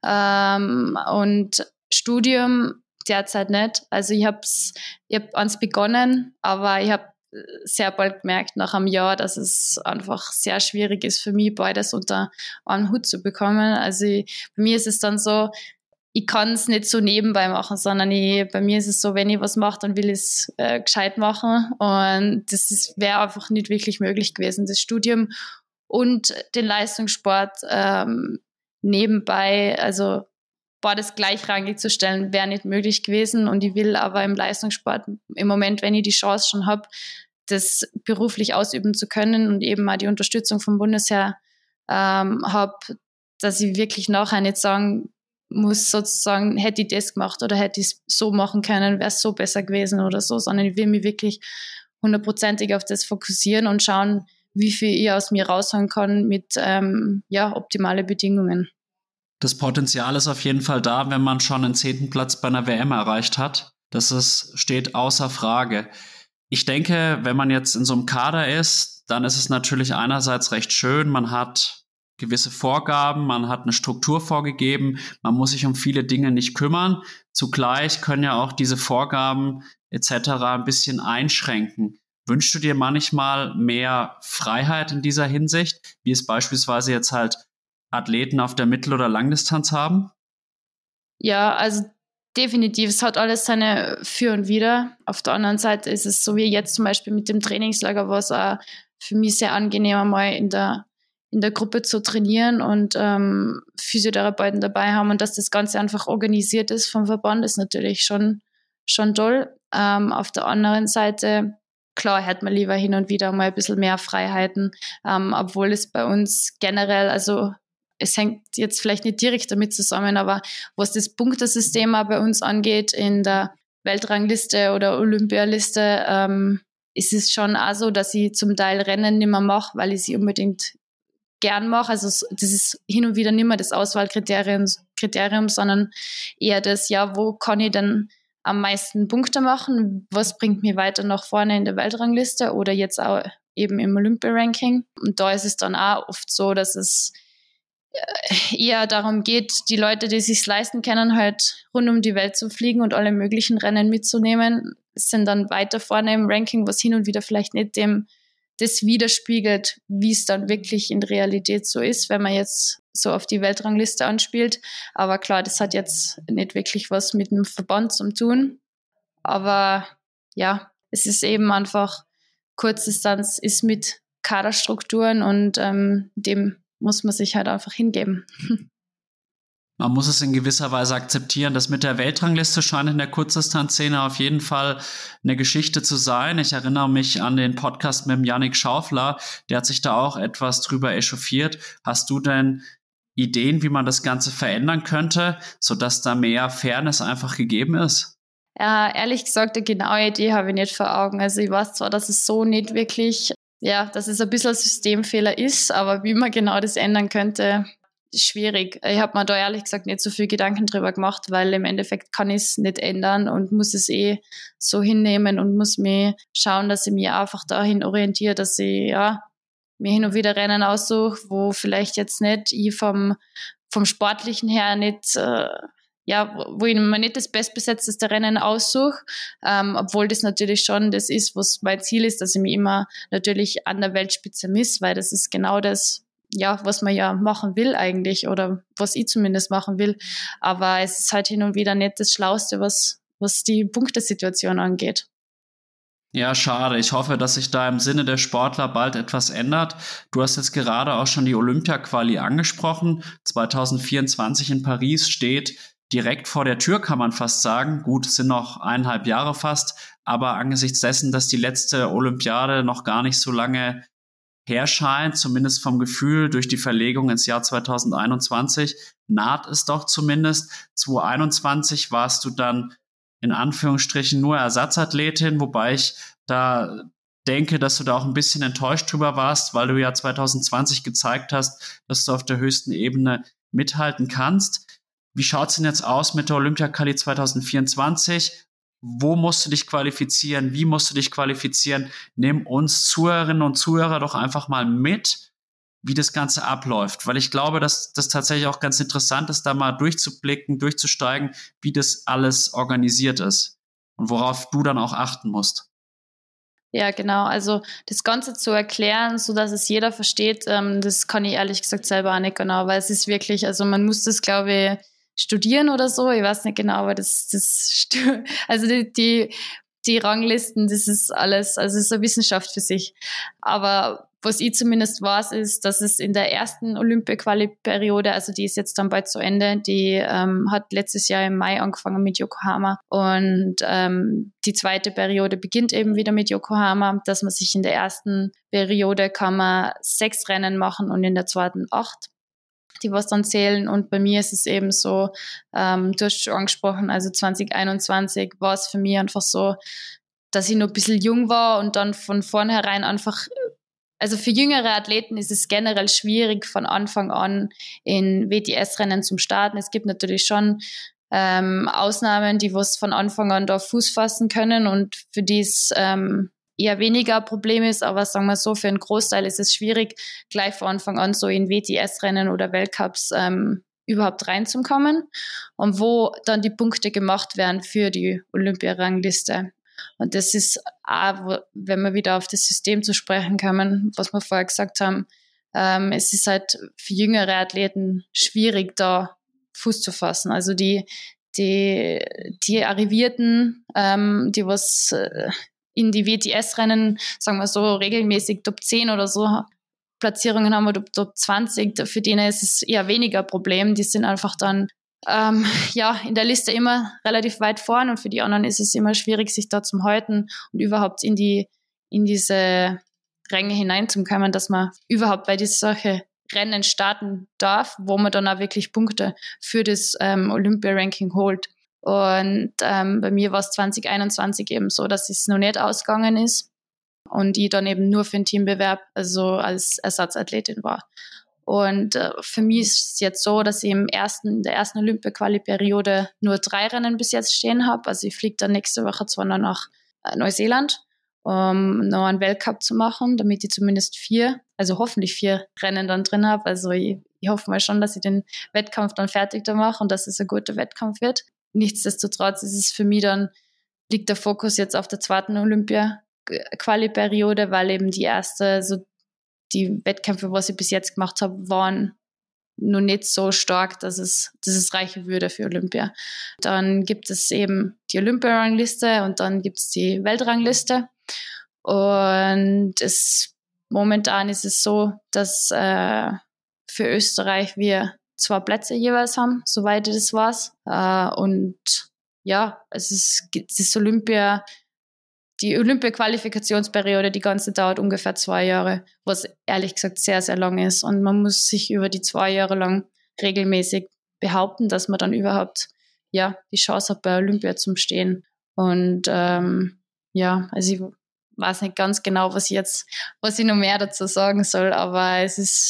S2: Ähm, und Studium derzeit nicht. Also ich habe ich hab eins begonnen, aber ich habe sehr bald gemerkt, nach einem Jahr, dass es einfach sehr schwierig ist für mich, beides unter einen Hut zu bekommen. Also ich, bei mir ist es dann so, ich kann es nicht so nebenbei machen, sondern ich, bei mir ist es so, wenn ich was mache, dann will ich es äh, gescheit machen. Und das wäre einfach nicht wirklich möglich gewesen, das Studium und den Leistungssport ähm, nebenbei, also beides gleichrangig zu stellen, wäre nicht möglich gewesen. Und ich will aber im Leistungssport im Moment, wenn ich die Chance schon habe, das beruflich ausüben zu können und eben auch die Unterstützung vom Bundesheer ähm, habe, dass ich wirklich nachher nicht sagen muss, sozusagen, hätte ich das gemacht oder hätte ich es so machen können, wäre es so besser gewesen oder so, sondern ich will mich wirklich hundertprozentig auf das fokussieren und schauen, wie viel ich aus mir rausholen kann mit ähm, ja, optimale Bedingungen.
S1: Das Potenzial ist auf jeden Fall da, wenn man schon einen zehnten Platz bei einer W M erreicht hat. Das ist, steht außer Frage. Ich denke, wenn man jetzt in so einem Kader ist, dann ist es natürlich einerseits recht schön, man hat gewisse Vorgaben, man hat eine Struktur vorgegeben, man muss sich um viele Dinge nicht kümmern. Zugleich können ja auch diese Vorgaben et cetera ein bisschen einschränken. Wünschst du dir manchmal mehr Freiheit in dieser Hinsicht, wie es beispielsweise jetzt halt Athleten auf der Mittel- oder Langdistanz haben?
S2: Ja, also definitiv. Es hat alles seine Für und Wider. Auf der anderen Seite ist es so wie jetzt zum Beispiel mit dem Trainingslager, war es auch für mich sehr angenehm, einmal in der, in der Gruppe zu trainieren und ähm, Physiotherapeuten dabei haben und dass das Ganze einfach organisiert ist vom Verband, ist natürlich schon, schon toll. Ähm, auf der anderen Seite, klar, hätte man lieber hin und wieder mal ein bisschen mehr Freiheiten, ähm, obwohl es bei uns generell, also es hängt jetzt vielleicht nicht direkt damit zusammen, aber was das Punktesystem auch bei uns angeht, in der Weltrangliste oder Olympialiste, ähm, ist es schon auch so, dass ich zum Teil Rennen nicht mehr mache, weil ich sie unbedingt gern mache. Also das ist hin und wieder nicht mehr das Auswahlkriterium, Kriterium, sondern eher das, ja, wo kann ich denn am meisten Punkte machen? Was bringt mich weiter nach vorne in der Weltrangliste oder jetzt auch eben im Olympia-Ranking? Und da ist es dann auch oft so, dass es eher darum geht, die Leute, die es sich leisten können, halt rund um die Welt zu fliegen und alle möglichen Rennen mitzunehmen, sind dann weiter vorne im Ranking, was hin und wieder vielleicht nicht dem das widerspiegelt, wie es dann wirklich in Realität so ist, wenn man jetzt so auf die Weltrangliste anspielt. Aber klar, das hat jetzt nicht wirklich was mit dem Verband zu tun. Aber ja, es ist eben einfach, Kurzdistanz ist mit Kaderstrukturen und ähm, dem muss man sich halt einfach hingeben.
S1: Man muss es in gewisser Weise akzeptieren. Das mit der Weltrangliste scheint in der Kurzdistanzszene auf jeden Fall eine Geschichte zu sein. Ich erinnere mich an den Podcast mit dem Yannick Schaufler. Der hat sich da auch etwas drüber echauffiert. Hast du denn Ideen, wie man das Ganze verändern könnte, sodass da mehr Fairness einfach gegeben ist?
S2: Ja, ehrlich gesagt, eine genaue Idee habe ich nicht vor Augen. Also ich weiß zwar, dass es so nicht wirklich, ja, dass es ein bisschen ein Systemfehler ist, aber wie man genau das ändern könnte, schwierig. Ich habe mir da ehrlich gesagt nicht so viel Gedanken drüber gemacht, weil im Endeffekt kann ich es nicht ändern und muss es eh so hinnehmen und muss mir schauen, dass ich mich einfach dahin orientiere, dass ich ja mir hin und wieder Rennen aussuche, wo vielleicht jetzt nicht ich vom, vom Sportlichen her nicht, äh, ja, wo ich mir nicht das bestbesetzteste Rennen aussuche, ähm, obwohl das natürlich schon das ist, was mein Ziel ist, dass ich mich immer natürlich an der Weltspitze miss, weil das ist genau das, ja, was man ja machen will eigentlich oder was ich zumindest machen will. Aber es ist halt hin und wieder nicht das Schlauste, was, was die Punktesituation angeht.
S1: Ja, schade. Ich hoffe, dass sich da im Sinne der Sportler bald etwas ändert. Du hast jetzt gerade auch schon die Olympia-Quali angesprochen. zwanzig vierundzwanzig in Paris steht direkt vor der Tür, kann man fast sagen. Gut, es sind noch eineinhalb Jahre fast, aber angesichts dessen, dass die letzte Olympiade noch gar nicht so lange her scheint, zumindest vom Gefühl durch die Verlegung ins Jahr zwanzig einundzwanzig, naht es doch zumindest. zwanzig einundzwanzig warst du dann in Anführungsstrichen nur Ersatzathletin, wobei ich da denke, dass du da auch ein bisschen enttäuscht drüber warst, weil du ja zwanzig zwanzig gezeigt hast, dass du auf der höchsten Ebene mithalten kannst. Wie schaut's denn jetzt aus mit der Olympia-Quali zwanzig vierundzwanzig? Wo musst du dich qualifizieren? Wie musst du dich qualifizieren? Nimm uns Zuhörerinnen und Zuhörer doch einfach mal mit, wie das Ganze abläuft. Weil ich glaube, dass das tatsächlich auch ganz interessant ist, da mal durchzublicken, durchzusteigen, wie das alles organisiert ist und worauf du dann auch achten musst.
S2: Ja, genau. Also das Ganze zu erklären, so dass es jeder versteht, ähm, das kann ich ehrlich gesagt selber auch nicht genau, weil es ist wirklich, also man muss das, glaube ich, studieren oder so. Ich weiß nicht genau, aber das, das, also die, die, die Ranglisten, das ist alles, also es ist eine Wissenschaft für sich. Aber was ich zumindest weiß, ist, dass es in der ersten Olympia-Quali-Periode, also die ist jetzt dann bald zu Ende, die ähm, hat letztes Jahr im Mai angefangen mit Yokohama und ähm, die zweite Periode beginnt eben wieder mit Yokohama, dass man sich in der ersten Periode kann man sechs Rennen machen und in der zweiten acht, die was dann zählen. Und bei mir ist es eben so, ähm, du hast schon angesprochen, also zwanzig einundzwanzig war es für mich einfach so, dass ich noch ein bisschen jung war und dann von vornherein einfach, also für jüngere Athleten ist es generell schwierig, von Anfang an in W T S-Rennen zum Starten. Es gibt natürlich schon ähm, Ausnahmen, die was von Anfang an da Fuß fassen können und für die es ähm, eher weniger ein Problem ist, aber sagen wir so, für einen Großteil ist es schwierig, gleich von Anfang an so in W T S-Rennen oder Weltcups ähm, überhaupt reinzukommen und wo dann die Punkte gemacht werden für die Olympiarangliste. Und das ist auch, wenn wir wieder auf das System zu sprechen kommen, was wir vorher gesagt haben, ähm, es ist halt für jüngere Athleten schwierig, da Fuß zu fassen. Also die, die, die Arrivierten, ähm, die was äh, in die W T S-Rennen, sagen wir so, regelmäßig Top zehn oder so Platzierungen haben oder Top zwanzig, für denen ist es eher weniger ein Problem. Die sind einfach dann ähm, ja, in der Liste immer relativ weit vorn und für die anderen ist es immer schwierig, sich da zu halten und überhaupt in die, in diese Ränge hineinzukommen, dass man überhaupt bei diesen solche Rennen starten darf, wo man dann auch wirklich Punkte für das ähm, Olympia-Ranking holt. Und ähm, bei mir war es zwanzig einundzwanzig eben so, dass es noch nicht ausgegangen ist und ich dann eben nur für den Teambewerb, also als Ersatzathletin war. Und äh, für mich ist es jetzt so, dass ich im ersten, in der ersten Olympia-Quali-Periode nur drei Rennen bis jetzt stehen habe. Also ich fliege dann nächste Woche zwar noch nach äh, Neuseeland, um noch einen Weltcup zu machen, damit ich zumindest vier, also hoffentlich vier Rennen dann drin habe. Also ich, ich hoffe mal schon, dass ich den Wettkampf dann fertig da mache und dass es ein guter Wettkampf wird. Nichtsdestotrotz ist es für mich dann, liegt der Fokus jetzt auf der zweiten Olympia-Quali-Periode, weil eben die erste, so die Wettkämpfe, was ich bis jetzt gemacht habe, waren noch nicht so stark, dass es, dass es reichen würde für Olympia. Dann gibt es eben die Olympia-Rangliste und dann gibt es die Weltrangliste. Und es, momentan ist es so, dass äh, für Österreich wir zwei Plätze jeweils haben, soweit ich das weiß. Äh, und ja, es ist, es ist Olympia. Die Olympia-Qualifikationsperiode, die ganze dauert ungefähr zwei Jahre, was ehrlich gesagt sehr, sehr lang ist. Und man muss sich über die zwei Jahre lang regelmäßig behaupten, dass man dann überhaupt ja die Chance hat, bei Olympia zu stehen. Und ähm, ja, also ich weiß nicht ganz genau, was ich jetzt, was ich noch mehr dazu sagen soll, aber es ist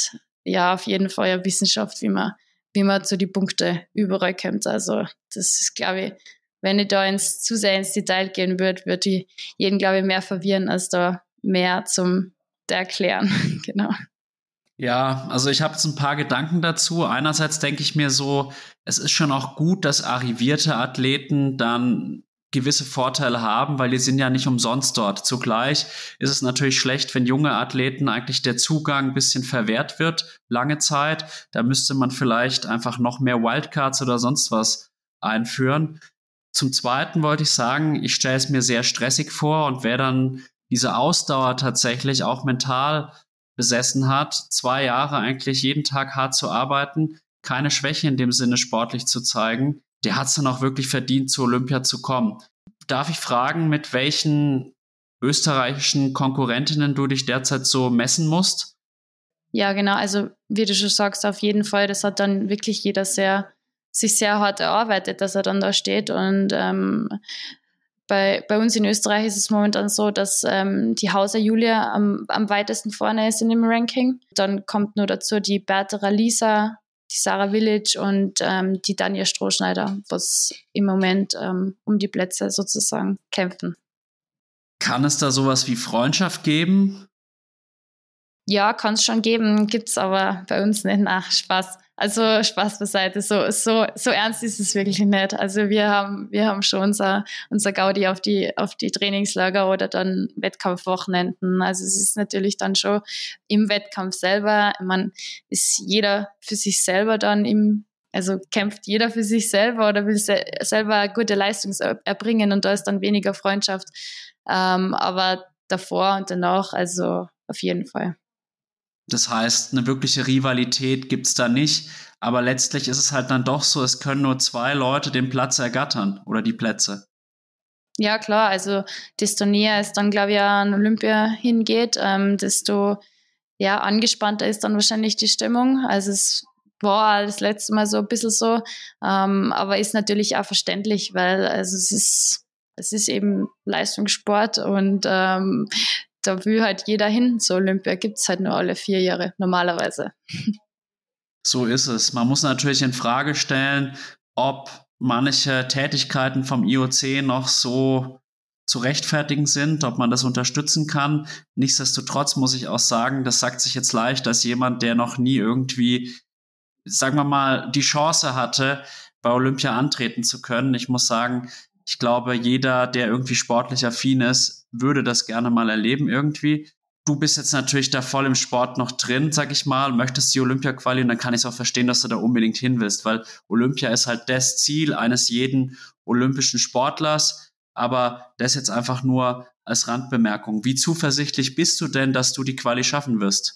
S2: ja auf jeden Fall eine Wissenschaft, wie man, wie man zu die Punkte überall kommt. Also das ist, glaube ich, wenn ich da ins, zu sehr ins Detail gehen würde, würde ich jeden, glaube ich, mehr verwirren, als da mehr zum erklären. Genau.
S1: Ja, also ich habe jetzt ein paar Gedanken dazu. Einerseits denke ich mir so, es ist schon auch gut, dass arrivierte Athleten dann gewisse Vorteile haben, weil die sind ja nicht umsonst dort. Zugleich ist es natürlich schlecht, wenn junge Athleten eigentlich der Zugang ein bisschen verwehrt wird, lange Zeit. Da müsste man vielleicht einfach noch mehr Wildcards oder sonst was einführen. Zum Zweiten wollte ich sagen, ich stelle es mir sehr stressig vor, und wer dann diese Ausdauer tatsächlich auch mental besessen hat, zwei Jahre eigentlich jeden Tag hart zu arbeiten, keine Schwäche in dem Sinne sportlich zu zeigen, der hat es dann auch wirklich verdient, zu Olympia zu kommen. Darf ich fragen, mit welchen österreichischen Konkurrentinnen du dich derzeit so messen musst?
S2: Ja, genau. Also wie du schon sagst, auf jeden Fall, das hat dann wirklich jeder sehr, sich sehr hart erarbeitet, dass er dann da steht. Und ähm, bei, bei uns in Österreich ist es momentan so, dass ähm, die Hauser Julia am, am weitesten vorne ist in dem Ranking. Dann kommt nur dazu die Berta Lisa, die Sarah Village und ähm, die Danja Strohschneider, was im Moment ähm, um die Plätze sozusagen kämpfen.
S1: Kann es da sowas wie Freundschaft geben?
S2: Ja, kann es schon geben, gibt es aber bei uns nicht. Nach Spaß. Also Spaß beiseite, so, so, so ernst ist es wirklich nicht. Also wir haben, wir haben schon unser, unser Gaudi auf die, auf die Trainingslager oder dann Wettkampfwochenenden. Also es ist natürlich dann schon im Wettkampf selber, man ist jeder für sich selber dann im, also kämpft jeder für sich selber oder will se- selber eine gute Leistung erbringen, und da ist dann weniger Freundschaft. Ähm, aber davor und danach, also auf jeden Fall.
S1: Das heißt, eine wirkliche Rivalität gibt's da nicht, aber letztlich ist es halt dann doch so, es können nur zwei Leute den Platz ergattern oder die Plätze.
S2: Ja, klar, also desto näher es dann, glaube ich, an Olympia hingeht, ähm, desto ja, angespannter ist dann wahrscheinlich die Stimmung. Also es war das letzte Mal so ein bisschen so, ähm, aber ist natürlich auch verständlich, weil also es ist, es ist eben Leistungssport, und ähm, da will halt jeder hin. Zur Olympia gibt's halt nur alle vier Jahre normalerweise.
S1: So ist es. Man muss natürlich in Frage stellen, ob manche Tätigkeiten vom I O C noch so zu rechtfertigen sind, ob man das unterstützen kann. Nichtsdestotrotz muss ich auch sagen, das sagt sich jetzt leicht, als jemand, der noch nie irgendwie, sagen wir mal, die Chance hatte, bei Olympia antreten zu können. Ich muss sagen, ich glaube, jeder, der irgendwie sportlich affin ist, würde das gerne mal erleben irgendwie. Du bist jetzt natürlich da voll im Sport noch drin, sag ich mal, möchtest die Olympia-Quali, und dann kann ich es auch verstehen, dass du da unbedingt hin willst, weil Olympia ist halt das Ziel eines jeden olympischen Sportlers, aber das jetzt einfach nur als Randbemerkung. Wie zuversichtlich bist du denn, dass du die Quali schaffen wirst?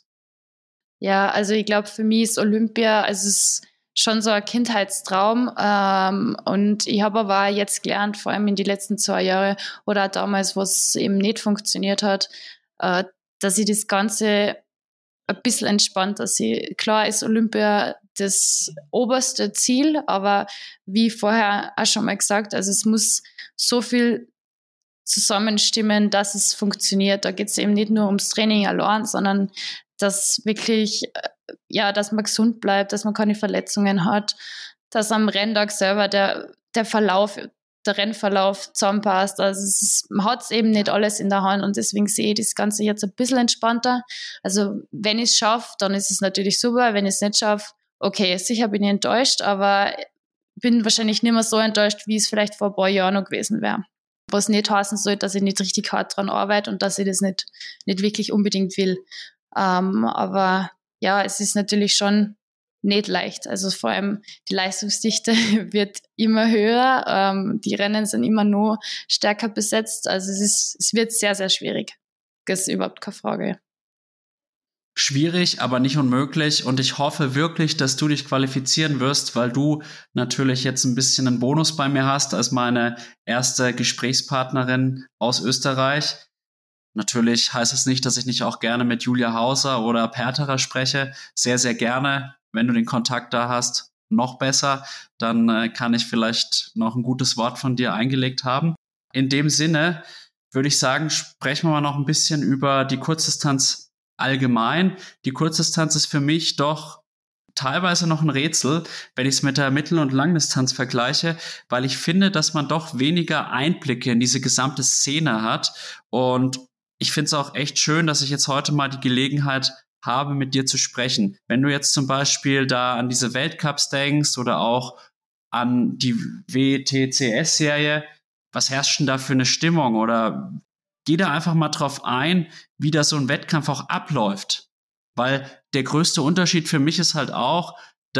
S2: Ja, also ich glaube, für mich ist Olympia, also es ist schon so ein Kindheitstraum. Ähm, und ich habe aber jetzt gelernt, vor allem in den letzten zwei Jahren oder auch damals, wo es eben nicht funktioniert hat, äh, dass ich das Ganze ein bisschen entspannter sehe. Klar ist Olympia das oberste Ziel, aber wie vorher auch schon mal gesagt, also es muss so viel zusammenstimmen, dass es funktioniert. Da geht es eben nicht nur ums Training allein, sondern dass wirklich, äh, ja, dass man gesund bleibt, dass man keine Verletzungen hat, dass am Renntag selber der, der Verlauf, der Rennverlauf zusammenpasst. Also es ist, man hat es eben nicht alles in der Hand, und deswegen sehe ich das Ganze jetzt ein bisschen entspannter. Also wenn ich es schaffe, dann ist es natürlich super. Wenn ich es nicht schaffe, okay, sicher bin ich enttäuscht, aber bin wahrscheinlich nicht mehr so enttäuscht, wie es vielleicht vor ein paar Jahren noch gewesen wäre. Was nicht heißen soll, dass ich nicht richtig hart dran arbeite und dass ich das nicht, nicht wirklich unbedingt will. Ähm, aber ja, es ist natürlich schon nicht leicht. Also vor allem die Leistungsdichte wird immer höher. Ähm, die Rennen sind immer nur stärker besetzt. Also es ist, es wird sehr, sehr schwierig. Das ist überhaupt keine Frage.
S1: Schwierig, aber nicht unmöglich, und ich hoffe wirklich, dass du dich qualifizieren wirst, weil du natürlich jetzt ein bisschen einen Bonus bei mir hast als meine erste Gesprächspartnerin aus Österreich. Natürlich heißt es nicht, dass ich nicht auch gerne mit Julia Hauser oder Perterer spreche. Sehr, sehr gerne. Wenn du den Kontakt da hast, noch besser. Dann äh, kann ich vielleicht noch ein gutes Wort von dir eingelegt haben. In dem Sinne würde ich sagen, sprechen wir mal noch ein bisschen über die Kurzdistanz allgemein, die Kurzdistanz ist für mich doch teilweise noch ein Rätsel, wenn ich es mit der Mittel- und Langdistanz vergleiche, weil ich finde, dass man doch weniger Einblicke in diese gesamte Szene hat. Und ich finde es auch echt schön, dass ich jetzt heute mal die Gelegenheit habe, mit dir zu sprechen. Wenn du jetzt zum Beispiel da an diese Weltcups denkst oder auch an die W T C S-Serie, was herrscht denn da für eine Stimmung? Oder geh da einfach mal drauf ein, wie da so ein Wettkampf auch abläuft. Weil der größte Unterschied für mich ist halt auch,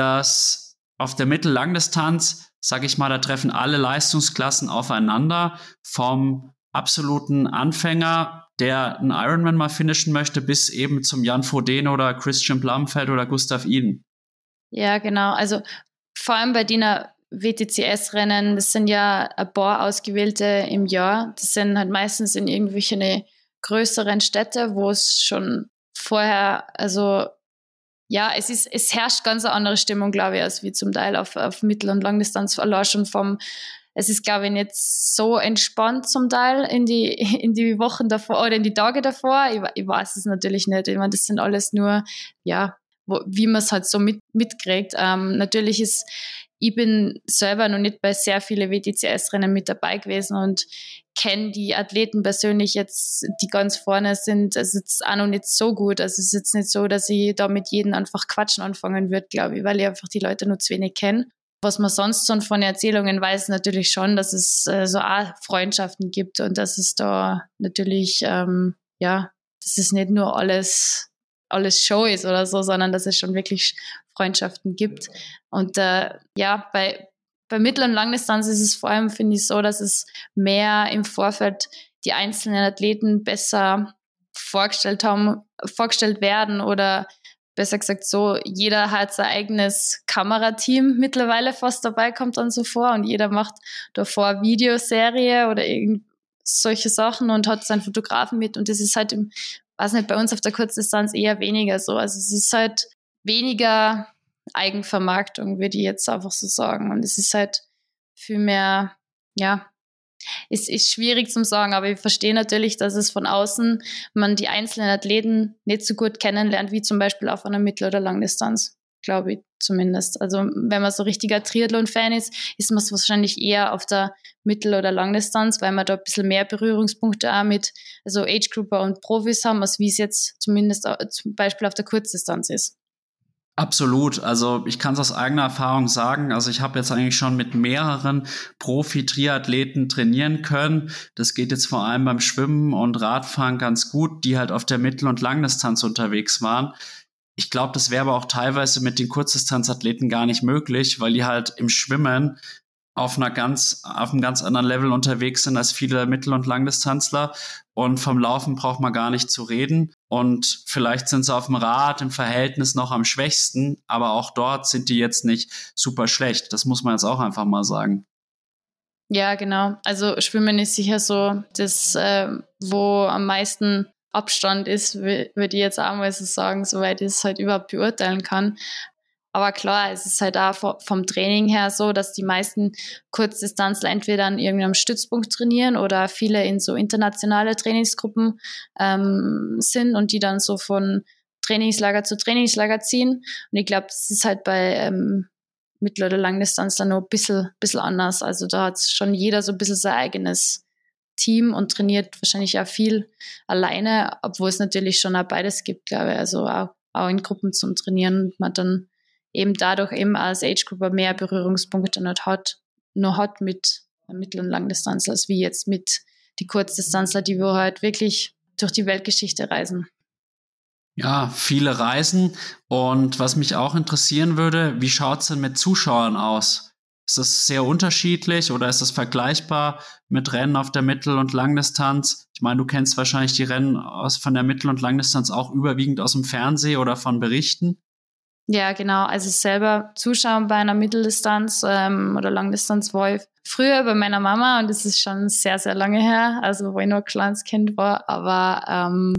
S1: dass auf der Mittel-Langdistanz, sag ich mal, da treffen alle Leistungsklassen aufeinander, vom absoluten Anfänger, der einen Ironman mal finishen möchte, bis eben zum Jan Frodeno oder Christian Blumfeld oder Gustav Iden.
S2: Ja, genau. Also vor allem bei den W T C S-Rennen, das sind ja ein paar ausgewählte im Jahr. Das sind halt meistens in irgendwelche größeren Städte, wo es schon vorher, also ja, es ist, es herrscht ganz eine andere Stimmung, glaube ich, als wie zum Teil auf, auf Mittel- und Langdistanz. Allein schon vom, es ist, glaube ich, nicht so entspannt zum Teil in die, in die Wochen davor oder in die Tage davor. Ich, ich weiß es natürlich nicht. Ich meine, das sind alles nur, ja, wo, wie man es halt so mit, mitkriegt. Ähm, natürlich ist, ich bin selber noch nicht bei sehr vielen W T C S-Rennen mit dabei gewesen und kenne die Athleten persönlich jetzt, die ganz vorne sind, also jetzt auch noch nicht so gut. Also es ist jetzt nicht so, dass ich da mit jedem einfach quatschen anfangen würde, glaube ich, weil ich einfach die Leute nur zu wenig kenne. Was man sonst so von Erzählungen weiß, natürlich schon, dass es äh, so auch Freundschaften gibt und dass es da natürlich, ähm, ja, dass es nicht nur alles, alles Show ist oder so, sondern dass es schon wirklich Freundschaften gibt. Und äh, ja, bei Bei Mittel- und Langdistanz ist es vor allem, finde ich, so, dass es mehr im Vorfeld die einzelnen Athleten besser vorgestellt haben, vorgestellt werden oder besser gesagt so, jeder hat sein eigenes Kamerateam mittlerweile fast dabei, kommt dann so vor und jeder macht davor eine Videoserie oder irgend solche Sachen und hat seinen Fotografen mit und das ist halt im, weiß nicht, bei uns auf der Kurzdistanz eher weniger so. Also es ist halt weniger Eigenvermarktung, würde ich jetzt einfach so sagen. Und es ist halt viel mehr, ja, es ist schwierig zu sagen, aber ich verstehe natürlich, dass es von außen man die einzelnen Athleten nicht so gut kennenlernt, wie zum Beispiel auf einer Mittel- oder Langdistanz, glaube ich zumindest. Also wenn man so richtiger Triathlon-Fan ist, ist man es wahrscheinlich eher auf der Mittel- oder Langdistanz, weil man da ein bisschen mehr Berührungspunkte auch mit also Age-Grouper und Profis haben, als wie es jetzt zumindest zum Beispiel auf der Kurzdistanz ist.
S1: Absolut. Also ich kann es aus eigener Erfahrung sagen. Also ich habe jetzt eigentlich schon mit mehreren Profi-Triathleten trainieren können. Das geht jetzt vor allem beim Schwimmen und Radfahren ganz gut, die halt auf der Mittel- und Langdistanz unterwegs waren. Ich glaube, das wäre aber auch teilweise mit den Kurzdistanzathleten gar nicht möglich, weil die halt im Schwimmen auf einer ganz, auf einem ganz anderen Level unterwegs sind als viele Mittel- und Langdistanzler. Und vom Laufen braucht man gar nicht zu reden. Und vielleicht sind sie auf dem Rad im Verhältnis noch am schwächsten, aber auch dort sind die jetzt nicht super schlecht. Das muss man jetzt auch einfach mal sagen.
S2: Ja, genau. Also Schwimmen ist sicher so das, äh, wo am meisten Abstand ist, würde ich jetzt auch mal so sagen, soweit ich es halt überhaupt beurteilen kann. Aber klar, es ist halt auch vom Training her so, dass die meisten Kurzdistanzler entweder an irgendeinem Stützpunkt trainieren oder viele in so internationale Trainingsgruppen ähm, sind und die dann so von Trainingslager zu Trainingslager ziehen. Und ich glaube, das ist halt bei ähm, Mittel- oder Langdistanz dann noch ein bisschen, bisschen anders. Also da hat schon jeder so ein bisschen sein eigenes Team und trainiert wahrscheinlich auch viel alleine, obwohl es natürlich schon auch beides gibt, glaube ich. Also auch, auch in Gruppen zum Trainieren und man dann eben dadurch eben als Age-Grupper mehr Berührungspunkte noch hat, noch hat mit Mittel- und Langdistanz, als wie jetzt mit die Kurzdistanzler, die wir halt wirklich durch die Weltgeschichte reisen.
S1: Ja, viele Reisen. Und was mich auch interessieren würde, wie schaut's denn mit Zuschauern aus? Ist das sehr unterschiedlich oder ist das vergleichbar mit Rennen auf der Mittel- und Langdistanz? Ich meine, du kennst wahrscheinlich die Rennen aus, von der Mittel- und Langdistanz auch überwiegend aus dem Fernsehen oder von Berichten.
S2: Ja, genau. Also selber zuschauen bei einer Mitteldistanz ähm, oder Langdistanz war ich früher bei meiner Mama und das ist schon sehr, sehr lange her, also wo ich noch ein kleines Kind war. Aber ähm,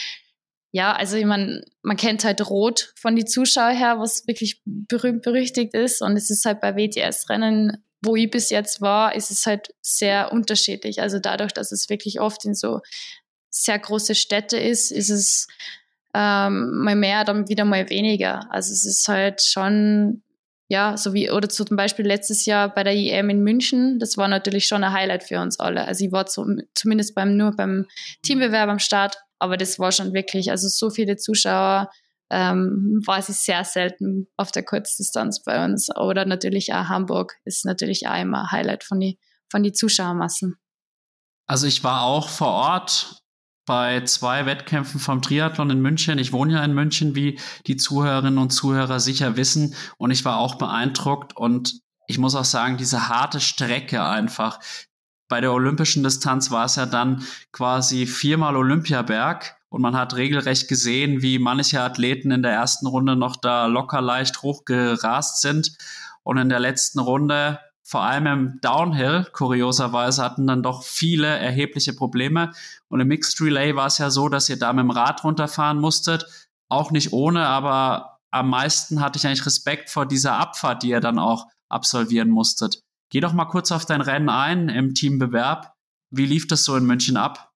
S2: ja, also ich meine, man kennt halt Rot von die Zuschauer her, was wirklich berühmt berüchtigt ist. Und es ist halt bei W T S-Rennen, wo ich bis jetzt war, ist es halt sehr unterschiedlich. Also dadurch, dass es wirklich oft in so sehr große Städte ist, ist es ähm, mal mehr, dann wieder mal weniger. Also es ist halt schon, ja, so wie, oder zum Beispiel letztes Jahr bei der I M in München, das war natürlich schon ein Highlight für uns alle. Also ich war zum, zumindest beim, nur beim Teambewerb am Start, aber das war schon wirklich, also so viele Zuschauer, ähm, war es sehr selten auf der Kurzdistanz bei uns. Oder natürlich auch Hamburg ist natürlich auch immer ein Highlight von die, von die Zuschauermassen.
S1: Also ich war auch vor Ort bei zwei Wettkämpfen vom Triathlon in München. Ich wohne ja in München, wie die Zuhörerinnen und Zuhörer sicher wissen. Und ich war auch beeindruckt. Und ich muss auch sagen, diese harte Strecke einfach. Bei der olympischen Distanz war es ja dann quasi viermal Olympiaberg. Und man hat regelrecht gesehen, wie manche Athleten in der ersten Runde noch da locker leicht hochgerast sind. Und in der letzten Runde, vor allem im Downhill, kurioserweise, hatten dann doch viele erhebliche Probleme. Und im Mixed Relay war es ja so, dass ihr da mit dem Rad runterfahren musstet. Auch nicht ohne, aber am meisten hatte ich eigentlich Respekt vor dieser Abfahrt, die ihr dann auch absolvieren musstet. Geh doch mal kurz auf dein Rennen ein im Teambewerb. Wie lief das so in München ab?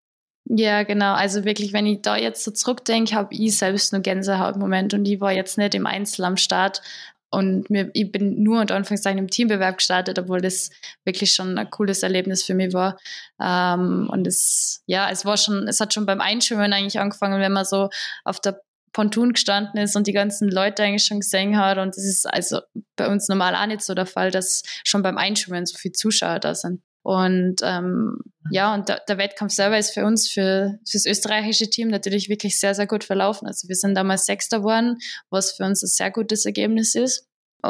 S2: Ja, genau. Also wirklich, wenn ich da jetzt so zurückdenke, habe ich selbst nur Gänsehaut im Moment und ich war jetzt nicht im Einzel am Start und mir, ich bin nur unter Anführungszeichen im Teambewerb gestartet, obwohl das wirklich schon ein cooles Erlebnis für mich war. Ähm, und es, ja, es war schon, es hat schon beim Einschwimmen eigentlich angefangen, wenn man so auf der Pontoon gestanden ist und die ganzen Leute eigentlich schon gesehen hat. Und das ist also bei uns normal auch nicht so der Fall, dass schon beim Einschwimmen so viele Zuschauer da sind. Und ähm, ja, und der, der Wettkampf selber ist für uns, für, für das österreichische Team natürlich wirklich sehr, sehr gut verlaufen. Also wir sind damals Sechster geworden, was für uns ein sehr gutes Ergebnis ist.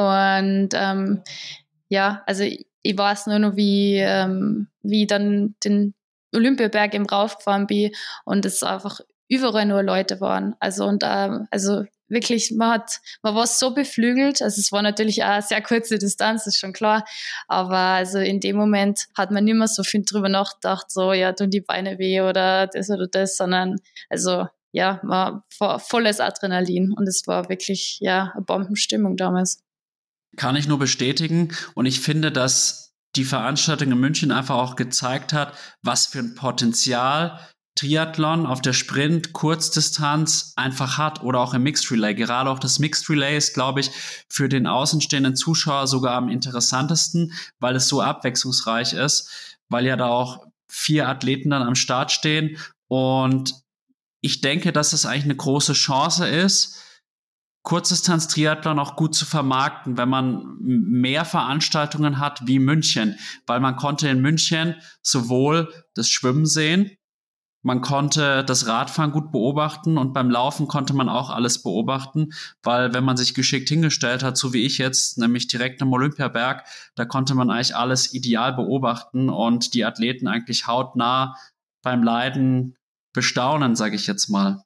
S2: Und ähm, ja, also ich, ich weiß nur noch, wie, ähm, wie ich dann den Olympiaberg eben raufgefahren bin und es einfach überall nur Leute waren. Also und ähm, also wirklich, man hat, man war so beflügelt. Also es war natürlich auch eine sehr kurze Distanz, ist schon klar. Aber also in dem Moment hat man nicht mehr so viel drüber nachgedacht, so ja, tun die Beine weh oder das oder das, sondern also ja, man war volles Adrenalin und es war wirklich ja eine Bombenstimmung damals.
S1: Kann ich nur bestätigen. Und ich finde, dass die Veranstaltung in München einfach auch gezeigt hat, was für ein Potenzial Triathlon auf der Sprint, Kurzdistanz einfach hat oder auch im Mixed Relay. Gerade auch das Mixed Relay ist, glaube ich, für den außenstehenden Zuschauer sogar am interessantesten, weil es so abwechslungsreich ist, weil ja da auch vier Athleten dann am Start stehen. Und ich denke, dass es eigentlich eine große Chance ist, Kurzdistanz-Triathlon auch gut zu vermarkten, wenn man mehr Veranstaltungen hat wie München, weil man konnte in München sowohl das Schwimmen sehen, man konnte das Radfahren gut beobachten und beim Laufen konnte man auch alles beobachten, weil wenn man sich geschickt hingestellt hat, so wie ich jetzt, nämlich direkt am Olympiaberg, da konnte man eigentlich alles ideal beobachten und die Athleten eigentlich hautnah beim Leiden bestaunen, sage ich jetzt mal.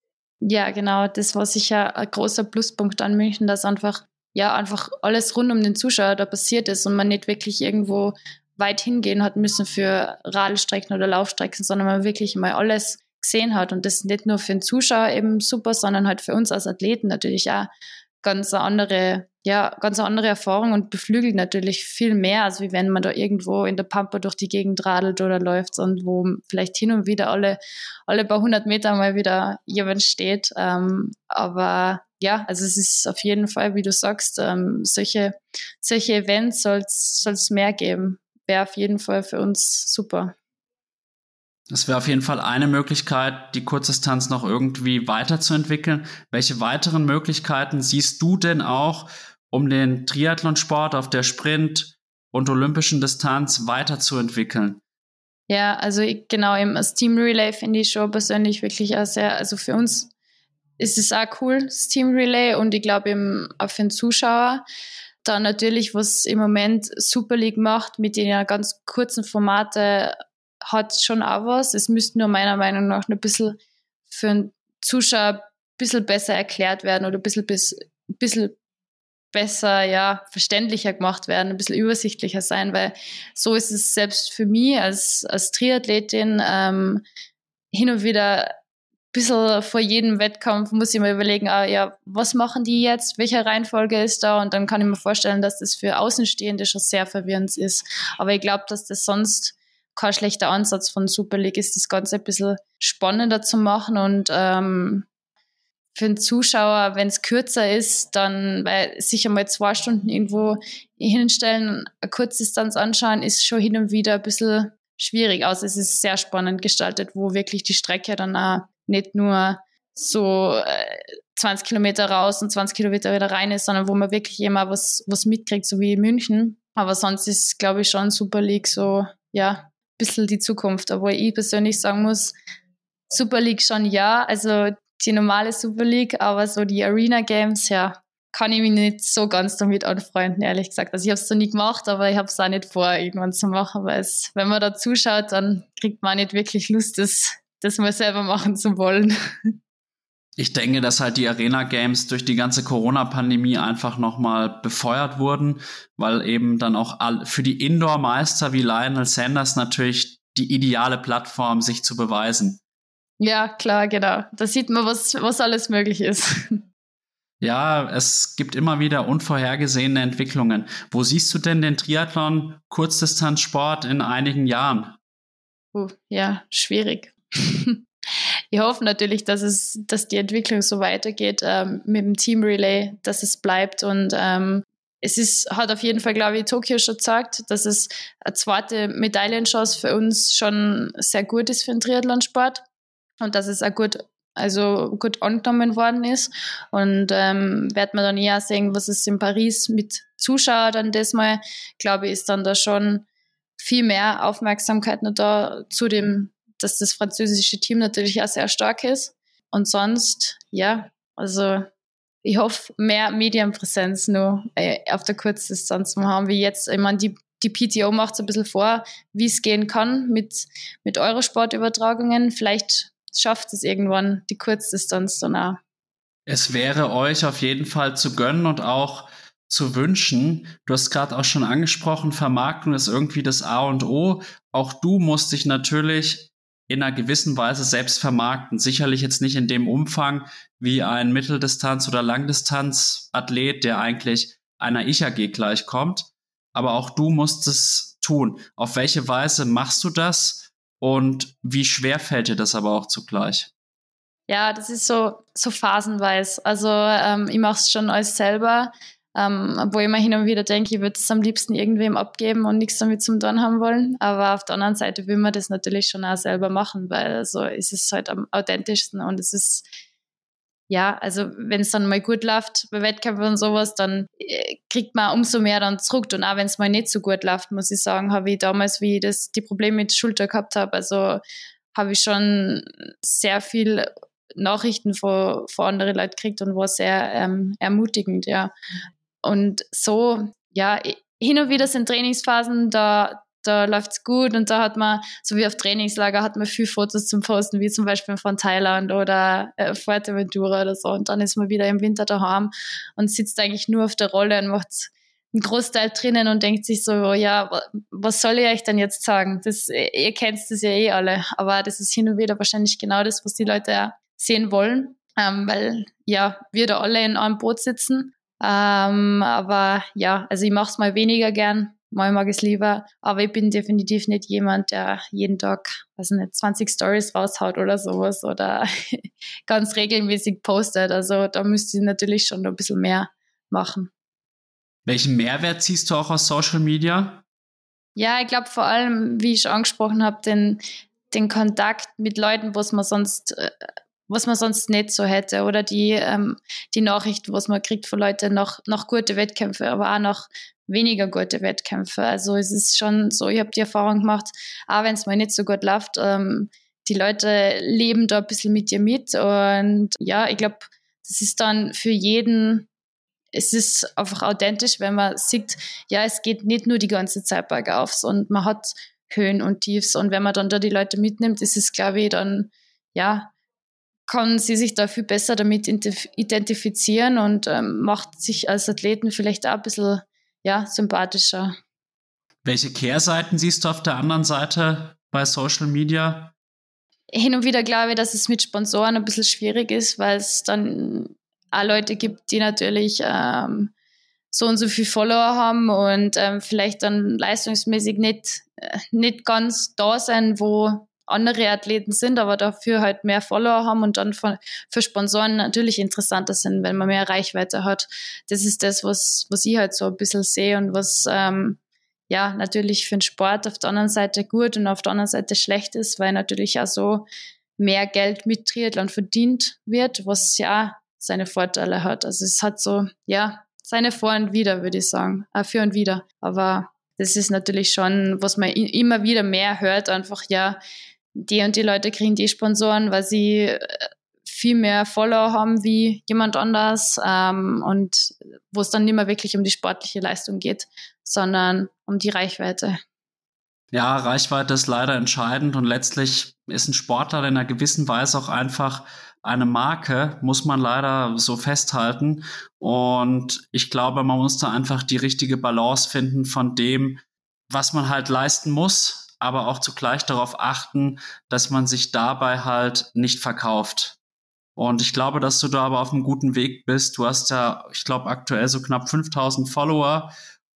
S2: Ja, genau, das war sicher ein großer Pluspunkt an München, dass einfach, ja, einfach alles rund um den Zuschauer da passiert ist und man nicht wirklich irgendwo weit hingehen hat müssen für Radlstrecken oder Laufstrecken, sondern man wirklich mal alles gesehen hat und das nicht nur für den Zuschauer eben super, sondern halt für uns als Athleten natürlich auch ganz eine andere, ja, ganz eine andere Erfahrung und beflügelt natürlich viel mehr, als wie wenn man da irgendwo in der Pampa durch die Gegend radelt oder läuft und wo vielleicht hin und wieder alle, alle paar hundert Meter mal wieder jemand steht. Ähm, aber ja, also es ist auf jeden Fall, wie du sagst, ähm, solche, solche Events soll es mehr geben. Wäre auf jeden Fall für uns super.
S1: Das wäre auf jeden Fall eine Möglichkeit, die Kurzdistanz noch irgendwie weiterzuentwickeln. Welche weiteren Möglichkeiten siehst du denn auch, um den Triathlonsport auf der Sprint- und olympischen Distanz weiterzuentwickeln?
S2: Ja, also ich, genau, eben das Team Relay finde ich schon persönlich wirklich auch sehr, also für uns ist es auch cool, das Team Relay, und ich glaube eben auch für den Zuschauer. Dann natürlich, was im Moment Super League macht, mit den ja ganz kurzen Formate, hat schon auch was. Es müsste nur meiner Meinung nach ein bisschen für einen Zuschauer ein bisschen besser erklärt werden oder ein bisschen, ein bisschen besser, ja, verständlicher gemacht werden, ein bisschen übersichtlicher sein, weil so ist es selbst für mich als, als Triathletin ähm, hin und wieder ein bisschen vor jedem Wettkampf muss ich mir überlegen, ah, ja, was machen die jetzt, welche Reihenfolge ist da, und dann kann ich mir vorstellen, dass das für Außenstehende schon sehr verwirrend ist. Aber ich glaube, dass das sonst kein schlechter Ansatz von Super League ist, das Ganze ein bisschen spannender zu machen und ähm, für einen Zuschauer, wenn es kürzer ist, dann, weil sicher mal zwei Stunden irgendwo hinstellen, eine Kurzdistanz anschauen, ist schon hin und wieder ein bisschen schwierig. Außer es ist sehr spannend gestaltet, wo wirklich die Strecke dann auch nicht nur so äh, zwanzig Kilometer raus und zwanzig Kilometer wieder rein ist, sondern wo man wirklich immer was, was mitkriegt, so wie in München. Aber sonst ist, glaube ich, schon Super League so, ja, ein bisschen die Zukunft. Obwohl ich persönlich sagen muss, Super League schon ja, also die normale Super League, aber so die Arena Games, ja, kann ich mich nicht so ganz damit anfreunden, ehrlich gesagt. Also ich habe es so nie gemacht, aber ich habe es auch nicht vor, irgendwann zu machen, weil es, wenn man da zuschaut, dann kriegt man nicht wirklich Lust, das, das mal selber machen zu wollen.
S1: Ich denke, dass halt die Arena Games durch die ganze Corona-Pandemie einfach nochmal befeuert wurden, weil eben dann auch all, für die Indoor-Meister wie Lionel Sanders natürlich die ideale Plattform, sich zu beweisen.
S2: Ja, klar, genau. Da sieht man, was, was alles möglich ist.
S1: Ja, es gibt immer wieder unvorhergesehene Entwicklungen. Wo siehst du denn den Triathlon, Kurzdistanzsport in einigen Jahren?
S2: Uh, ja, schwierig. Ich hoffe natürlich, dass es, dass die Entwicklung so weitergeht ähm, mit dem Team Relay, dass es bleibt und ähm, es ist, hat auf jeden Fall, glaube ich, Tokio schon gesagt, dass es eine zweite Medaillenchance für uns schon sehr gut ist für den Triathlonsport und dass es auch gut, also gut angenommen worden ist. Und ähm, wird man dann eher sehen, was es in Paris mit Zuschauern dann das mal, glaube ich, ist dann da schon viel mehr Aufmerksamkeit noch da zu dem, dass das französische Team natürlich auch sehr stark ist. Und sonst, ja, also ich hoffe, mehr Medienpräsenz nur äh, auf der Kurzdistanz zu haben, wie jetzt. Ich meine, die, die P T O macht es ein bisschen vor, wie es gehen kann mit, mit Eurosport-Übertragungen. Vielleicht schafft es irgendwann die Kurzdistanz dann auch.
S1: Es wäre euch auf jeden Fall zu gönnen und auch zu wünschen. Du hast gerade auch schon angesprochen, Vermarktung ist irgendwie das A und O. Auch du musst dich natürlich in einer gewissen Weise selbst vermarkten. Sicherlich jetzt nicht in dem Umfang wie ein Mitteldistanz- oder Langdistanz-Athlet, der eigentlich einer I C A G gleichkommt. Aber auch du musst es tun. Auf welche Weise machst du das? Und wie schwer fällt dir das aber auch zugleich?
S2: Ja, das ist so, so phasenweise. Also ähm, ich mache es schon alles selber, ähm, wo ich mir hin und wieder denke, ich würde es am liebsten irgendwem abgeben und nichts damit zum tun haben wollen. Aber auf der anderen Seite will man das natürlich schon auch selber machen, weil so ist es halt am authentischsten und es ist, ja, also wenn es dann mal gut läuft bei Wettkämpfen und sowas, dann äh, kriegt man umso mehr dann zurück. Und auch wenn es mal nicht so gut läuft, muss ich sagen, habe ich damals, wie ich das, die Probleme mit der Schulter gehabt habe, also habe ich schon sehr viel Nachrichten von, von anderen Leuten gekriegt und war sehr ähm, ermutigend, ja. Und so, ja, hin und wieder sind Trainingsphasen, da, da läuft es gut und da hat man, so wie auf Trainingslager, hat man viel Fotos zum Posten, wie zum Beispiel von Thailand oder äh, Fuerteventura oder so. Und dann ist man wieder im Winter daheim und sitzt eigentlich nur auf der Rolle und macht einen Großteil drinnen und denkt sich so, ja, was soll ich euch denn jetzt sagen? Das, ihr kennt das ja eh alle, aber das ist hin und wieder wahrscheinlich genau das, was die Leute ja sehen wollen, ähm, weil ja, wir da alle in einem Boot sitzen. Ähm, aber ja, also ich mache es mal weniger gern, mal mag ich es lieber, aber ich bin definitiv nicht jemand, der jeden Tag, also nicht zwanzig Stories raushaut oder sowas oder ganz regelmäßig postet. Also da müsste ich natürlich schon noch ein bisschen mehr machen.
S1: Welchen Mehrwert ziehst du auch aus Social Media?
S2: Ja, ich glaube vor allem, wie ich schon angesprochen habe, den, den Kontakt mit Leuten, was man sonst, äh, was man sonst nicht so hätte. Oder die, ähm, die Nachrichten, was man kriegt von Leuten nach, nach gute Wettkämpfe, aber auch nach weniger gute Wettkämpfe. Also es ist schon so, ich habe die Erfahrung gemacht, auch wenn es mal nicht so gut läuft, ähm, die Leute leben da ein bisschen mit dir mit. Und ja, ich glaube, das ist dann für jeden, es ist einfach authentisch, wenn man sieht, ja, es geht nicht nur die ganze Zeit bergauf und man hat Höhen und Tiefs und wenn man dann da die Leute mitnimmt, ist es, glaube ich, dann, ja, kann sie sich da viel besser damit identifizieren und ähm, macht sich als Athleten vielleicht auch ein bisschen, ja, sympathischer.
S1: Welche Kehrseiten siehst du auf der anderen Seite bei Social Media?
S2: Hin und wieder glaube ich, dass es mit Sponsoren ein bisschen schwierig ist, weil es dann auch Leute gibt, die natürlich ähm, so und so viel Follower haben und ähm, vielleicht dann leistungsmäßig nicht, äh, nicht ganz da sein, wo andere Athleten sind, aber dafür halt mehr Follower haben und dann für, für Sponsoren natürlich interessanter sind, wenn man mehr Reichweite hat. Das ist das, was, was ich halt so ein bisschen sehe und was ähm, ja natürlich für den Sport auf der anderen Seite gut und auf der anderen Seite schlecht ist, weil natürlich auch so mehr Geld mit Triathlon verdient wird, was ja seine Vorteile hat. Also es hat so, ja, seine Vor- und Wider, würde ich sagen. Äh, für und Wider. Aber das ist natürlich schon, was man immer wieder mehr hört, einfach, ja, die und die Leute kriegen die Sponsoren, weil sie viel mehr Follower haben wie jemand anders ähm, und wo es dann nicht mehr wirklich um die sportliche Leistung geht, sondern um die Reichweite.
S1: Ja, Reichweite ist leider entscheidend und letztlich ist ein Sportler in einer gewissen Weise auch einfach eine Marke, muss man leider so festhalten. Und ich glaube, man muss da einfach die richtige Balance finden von dem, was man halt leisten muss, aber auch zugleich darauf achten, dass man sich dabei halt nicht verkauft. Und ich glaube, dass du da aber auf einem guten Weg bist. Du hast ja, ich glaube, aktuell so knapp fünftausend Follower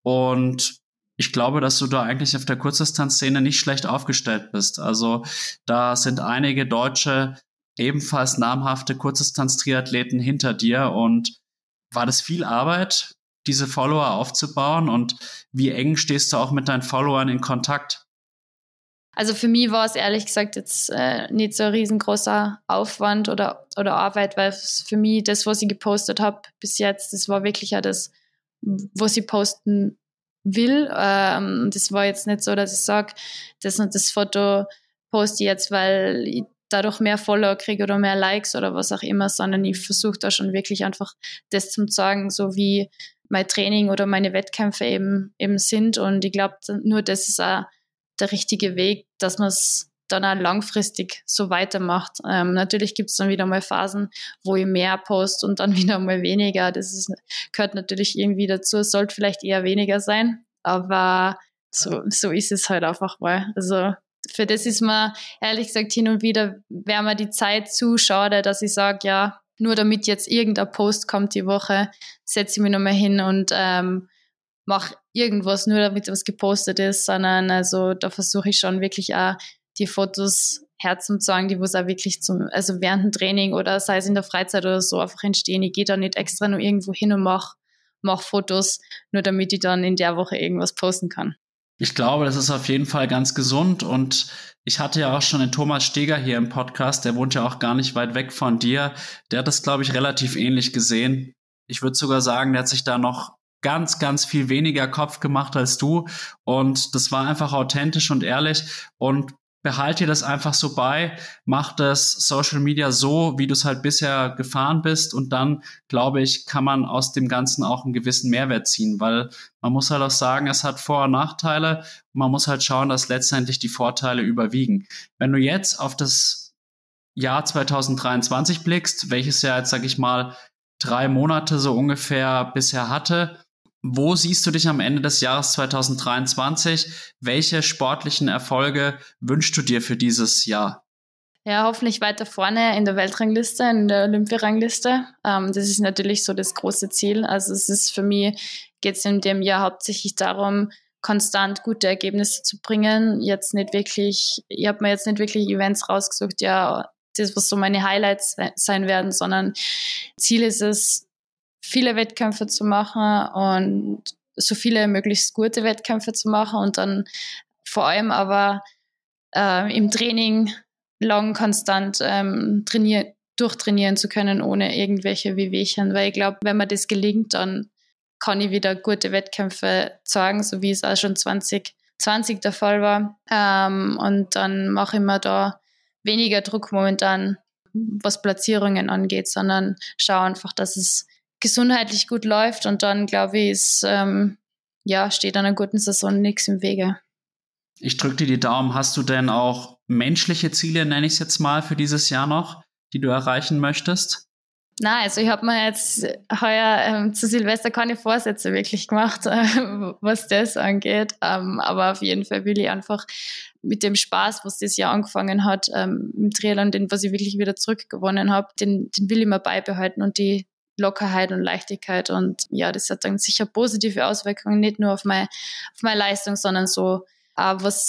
S1: und ich glaube, dass du da eigentlich auf der Kurzdistanzszene nicht schlecht aufgestellt bist. Also da sind einige deutsche, ebenfalls namhafte Kurzdistanz-Triathleten hinter dir. Und war das viel Arbeit, diese Follower aufzubauen? Und wie eng stehst du auch mit deinen Followern in Kontakt?
S2: Also für mich war es ehrlich gesagt jetzt äh, nicht so ein riesengroßer Aufwand oder, oder Arbeit, weil für mich das, was ich gepostet habe bis jetzt, das war wirklich ja das, was ich posten will. Ähm, das war jetzt nicht so, dass ich sage, das und das Foto poste ich jetzt, weil ich dadurch mehr Follower kriege oder mehr Likes oder was auch immer, sondern ich versuche da schon wirklich einfach das zu zeigen, so wie mein Training oder meine Wettkämpfe eben, eben sind. Und ich glaube, nur das ist auch der richtige Weg, dass man es dann auch langfristig so weitermacht. Ähm, natürlich gibt es dann wieder mal Phasen, wo ich mehr poste und dann wieder mal weniger. Das ist, gehört natürlich irgendwie dazu. Es sollte vielleicht eher weniger sein, aber so, so ist es halt einfach mal. Also für das ist mir ehrlich gesagt hin und wieder, wäre mir die Zeit zu schade, dass ich sage, ja, nur damit jetzt irgendein Post kommt die Woche, setze ich mich nochmal hin und ähm, mache irgendwas, nur damit was gepostet ist, sondern also da versuche ich schon wirklich auch die Fotos herzuzeigen, die was auch wirklich zum, also während dem Training oder sei es in der Freizeit oder so einfach entstehen. Ich gehe da nicht extra nur irgendwo hin und mache mach Fotos, nur damit ich dann in der Woche irgendwas posten kann.
S1: Ich glaube, das ist auf jeden Fall ganz gesund und ich hatte ja auch schon den Thomas Steger hier im Podcast, der wohnt ja auch gar nicht weit weg von dir. Der hat das, glaube ich, relativ ähnlich gesehen. Ich würde sogar sagen, der hat sich da noch ganz, ganz viel weniger Kopf gemacht als du und das war einfach authentisch und ehrlich und behalt dir das einfach so bei, mach das Social Media so, wie du es halt bisher gefahren bist und dann, glaube ich, kann man aus dem Ganzen auch einen gewissen Mehrwert ziehen, weil man muss halt auch sagen, es hat Vor- und Nachteile und man muss halt schauen, dass letztendlich die Vorteile überwiegen. Wenn du jetzt auf das Jahr zwanzig dreiundzwanzig blickst, welches ja jetzt, sag ich mal, drei Monate so ungefähr bisher hatte, wo siehst du dich am Ende des Jahres zwanzig dreiundzwanzig? Welche sportlichen Erfolge wünschst du dir für dieses Jahr?
S2: Ja, hoffentlich weiter vorne in der Weltrangliste, in der Olympiarangliste. Ähm, das ist natürlich so das große Ziel. Also es ist für mich, geht es in dem Jahr hauptsächlich darum, konstant gute Ergebnisse zu bringen. Jetzt nicht wirklich, ich habe mir jetzt nicht wirklich Events rausgesucht, ja, das, was so meine Highlights sein werden, sondern Ziel ist es, viele Wettkämpfe zu machen und so viele möglichst gute Wettkämpfe zu machen und dann vor allem aber äh, im Training lang konstant ähm, trainieren, durchtrainieren zu können, ohne irgendwelche Wehwehchen. Weil ich glaube, wenn mir das gelingt, dann kann ich wieder gute Wettkämpfe zeigen, so wie es auch schon zwanzig zwanzig der Fall war. Ähm, und dann mache ich mir da weniger Druck momentan, was Platzierungen angeht, sondern schaue einfach, dass es gesundheitlich gut läuft und dann, glaube ich, ist, ähm, ja, steht einer guten Saison nichts im Wege.
S1: Ich drücke dir die Daumen. Hast du denn auch menschliche Ziele, nenne ich es jetzt mal, für dieses Jahr noch, die du erreichen möchtest?
S2: Na, also ich habe mir jetzt heuer ähm, zu Silvester keine Vorsätze wirklich gemacht, äh, was das angeht. Ähm, aber auf jeden Fall will ich einfach mit dem Spaß, was das Jahr angefangen hat, ähm, im Triathlon, den, was ich wirklich wieder zurückgewonnen habe, den, den will ich mir beibehalten und die Lockerheit und Leichtigkeit. Und ja, das hat dann sicher positive Auswirkungen, nicht nur auf meine, auf meine Leistung, sondern so, äh, was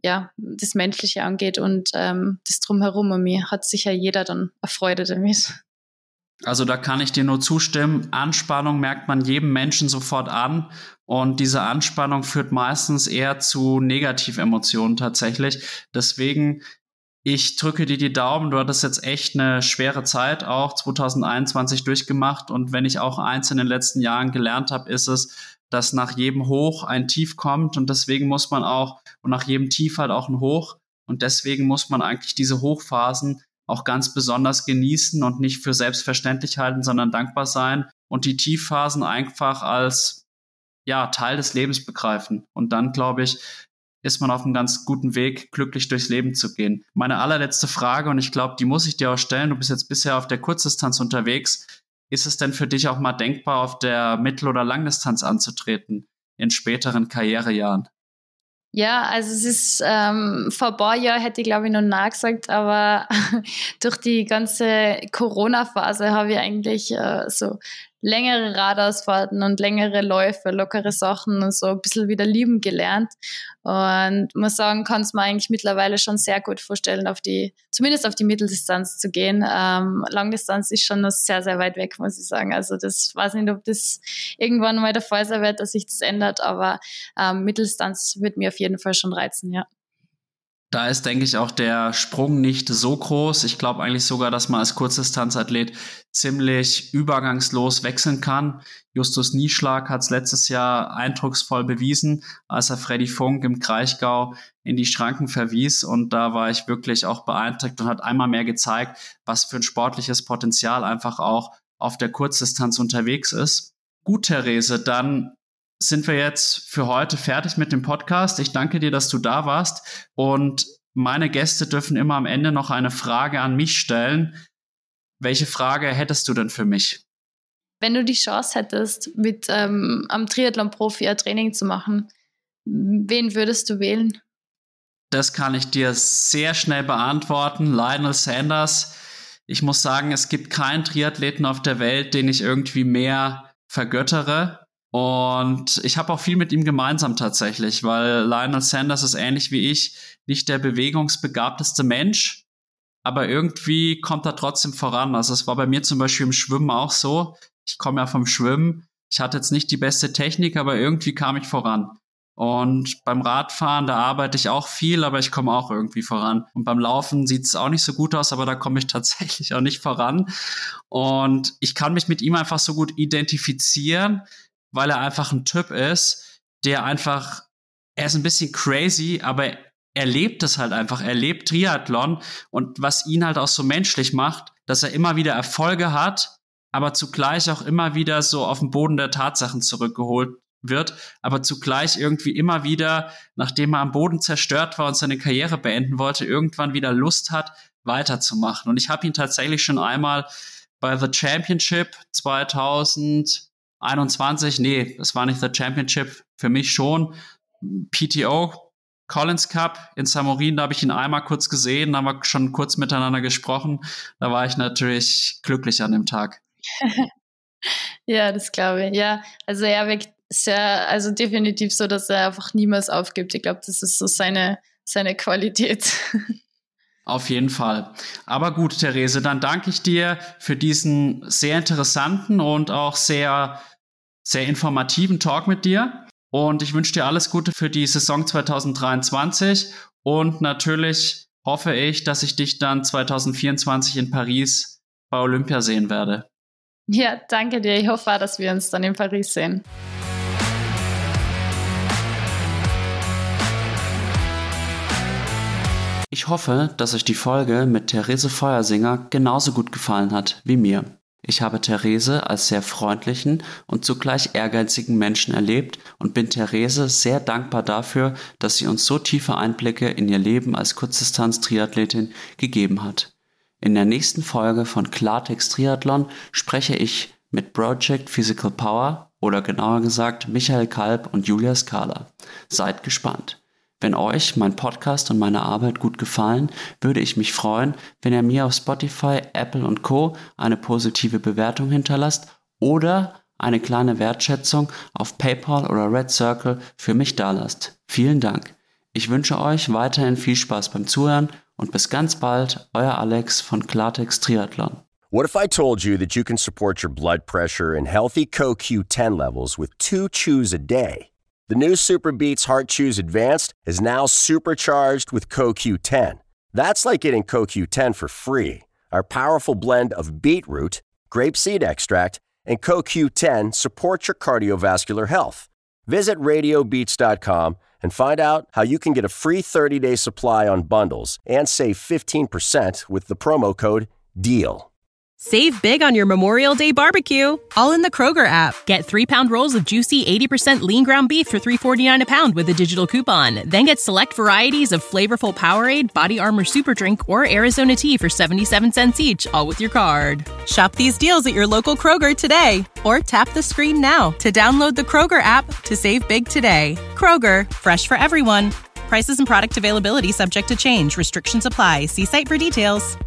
S2: ja, das Menschliche angeht und ähm, das Drumherum um mich, hat sicher jeder dann eine Freude damit.
S1: Also da kann ich dir nur zustimmen. Anspannung merkt man jedem Menschen sofort an und diese Anspannung führt meistens eher zu Negativemotionen tatsächlich. Deswegen, ich drücke dir die Daumen. Du hattest jetzt echt eine schwere Zeit auch zwanzig einundzwanzig durchgemacht und wenn ich auch eins in den letzten Jahren gelernt habe, ist es, dass nach jedem Hoch ein Tief kommt und deswegen muss man auch, und nach jedem Tief halt auch ein Hoch und deswegen muss man eigentlich diese Hochphasen auch ganz besonders genießen und nicht für selbstverständlich halten, sondern dankbar sein und die Tiefphasen einfach als ja Teil des Lebens begreifen. Und dann, glaube ich, ist man auf einem ganz guten Weg, glücklich durchs Leben zu gehen. Meine allerletzte Frage, und ich glaube, die muss ich dir auch stellen, du bist jetzt bisher auf der Kurzdistanz unterwegs. Ist es denn für dich auch mal denkbar, auf der Mittel- oder Langdistanz anzutreten in späteren Karrierejahren?
S2: Ja, also es ist, ähm, vor ein paar Jahren hätte ich glaube ich noch nein gesagt, aber durch die ganze Corona-Phase habe ich eigentlich äh, so längere Radausfahrten und längere Läufe, lockere Sachen und so ein bisschen wieder lieben gelernt. Und muss sagen, kann es mir eigentlich mittlerweile schon sehr gut vorstellen, auf die, zumindest auf die Mitteldistanz zu gehen. Ähm, Langdistanz ist schon noch sehr, sehr weit weg, muss ich sagen. Also das weiß nicht, ob das irgendwann mal der Fall sein wird, dass sich das ändert, aber ähm, Mitteldistanz wird mir auf jeden Fall schon reizen, ja.
S1: Da ist, denke ich, auch der Sprung nicht so groß. Ich glaube eigentlich sogar, dass man als Kurzdistanzathlet ziemlich übergangslos wechseln kann. Justus Nieschlag hat es letztes Jahr eindrucksvoll bewiesen, als er Freddy Funk im Kraichgau in die Schranken verwies. Und da war ich wirklich auch beeindruckt und hat einmal mehr gezeigt, was für ein sportliches Potenzial einfach auch auf der Kurzdistanz unterwegs ist. Gut, Therese, dann sind wir jetzt für heute fertig mit dem Podcast. Ich danke dir, dass du da warst. Und meine Gäste dürfen immer am Ende noch eine Frage an mich stellen. Welche Frage hättest du denn für mich?
S2: Wenn du die Chance hättest, mit ähm, am Triathlon-Profi ein Training zu machen, wen würdest du wählen?
S1: Das kann ich dir sehr schnell beantworten. Lionel Sanders. Ich muss sagen, es gibt keinen Triathleten auf der Welt, den ich irgendwie mehr vergöttere. Und ich habe auch viel mit ihm gemeinsam tatsächlich, weil Lionel Sanders ist ähnlich wie ich nicht der bewegungsbegabteste Mensch, aber irgendwie kommt er trotzdem voran. Also es war bei mir zum Beispiel im Schwimmen auch so. Ich komme ja vom Schwimmen. Ich hatte jetzt nicht die beste Technik, aber irgendwie kam ich voran. Und beim Radfahren, da arbeite ich auch viel, aber ich komme auch irgendwie voran. Und beim Laufen sieht es auch nicht so gut aus, aber da komme ich tatsächlich auch nicht voran. Und ich kann mich mit ihm einfach so gut identifizieren, weil er einfach ein Typ ist, der einfach, er ist ein bisschen crazy, aber er lebt es halt einfach. Er lebt Triathlon und was ihn halt auch so menschlich macht, dass er immer wieder Erfolge hat, aber zugleich auch immer wieder so auf den Boden der Tatsachen zurückgeholt wird, aber zugleich irgendwie immer wieder, nachdem er am Boden zerstört war und seine Karriere beenden wollte, irgendwann wieder Lust hat, weiterzumachen. Und ich habe ihn tatsächlich schon einmal bei The Championship zweitausendeinundzwanzig, nee, das war nicht The Championship, für mich schon, P T O, Collins Cup in Samorin, da habe ich ihn einmal kurz gesehen, da haben wir schon kurz miteinander gesprochen, da war ich natürlich glücklich an dem Tag.
S2: Ja, das glaube ich. Ja, also er wirkt sehr, also definitiv so, dass er einfach niemals aufgibt. Ich glaube, das ist so seine, seine Qualität.
S1: Auf jeden Fall. Aber gut, Therese, dann danke ich dir für diesen sehr interessanten und auch sehr, sehr informativen Talk mit dir. Und ich wünsche dir alles Gute für die Saison zwanzig dreiundzwanzig. Und natürlich hoffe ich, dass ich dich dann zwanzig vierundzwanzig in Paris bei Olympia sehen werde.
S2: Ja, danke dir. Ich hoffe auch, dass wir uns dann in Paris sehen.
S1: Ich hoffe, dass euch die Folge mit Therese Feuersinger genauso gut gefallen hat wie mir. Ich habe Therese als sehr freundlichen und zugleich ehrgeizigen Menschen erlebt und bin Therese sehr dankbar dafür, dass sie uns so tiefe Einblicke in ihr Leben als Kurzdistanz-Triathletin gegeben hat. In der nächsten Folge von Klartext Triathlon spreche ich mit Project Physical Power oder genauer gesagt Michael Kalb und Julia Scala. Seid gespannt. Wenn euch mein Podcast und meine Arbeit gut gefallen, würde ich mich freuen, wenn ihr mir auf Spotify, Apple und Co. eine positive Bewertung hinterlasst oder eine kleine Wertschätzung auf PayPal oder Red Circle für mich dalasst. Vielen Dank. Ich wünsche euch weiterhin viel Spaß beim Zuhören und bis ganz bald, euer Alex von Klartext Triathlon.
S3: What if I told you that you can support your blood pressure and healthy C O Q ten levels with two chews a day? The new Super Beats Heart Chews Advanced is now supercharged with C O Q ten. That's like getting C O Q ten for free. Our powerful blend of beetroot, grapeseed extract, and C O Q ten supports your cardiovascular health. Visit radio beats dot com and find out how you can get a free thirty-day supply on bundles and save fifteen percent with the promo code DEAL.
S4: Save big on your Memorial Day barbecue, all in the Kroger app. Get three-pound rolls of juicy eighty percent lean ground beef for three forty-nine a pound with a digital coupon. Then get select varieties of flavorful Powerade, Body Armor Super Drink, or Arizona tea for seventy-seven cents each, all with your card. Shop these deals at your local Kroger today, or tap the screen now to download the Kroger app to save big today. Kroger, fresh for everyone. Prices and product availability subject to change. Restrictions apply. See site for details.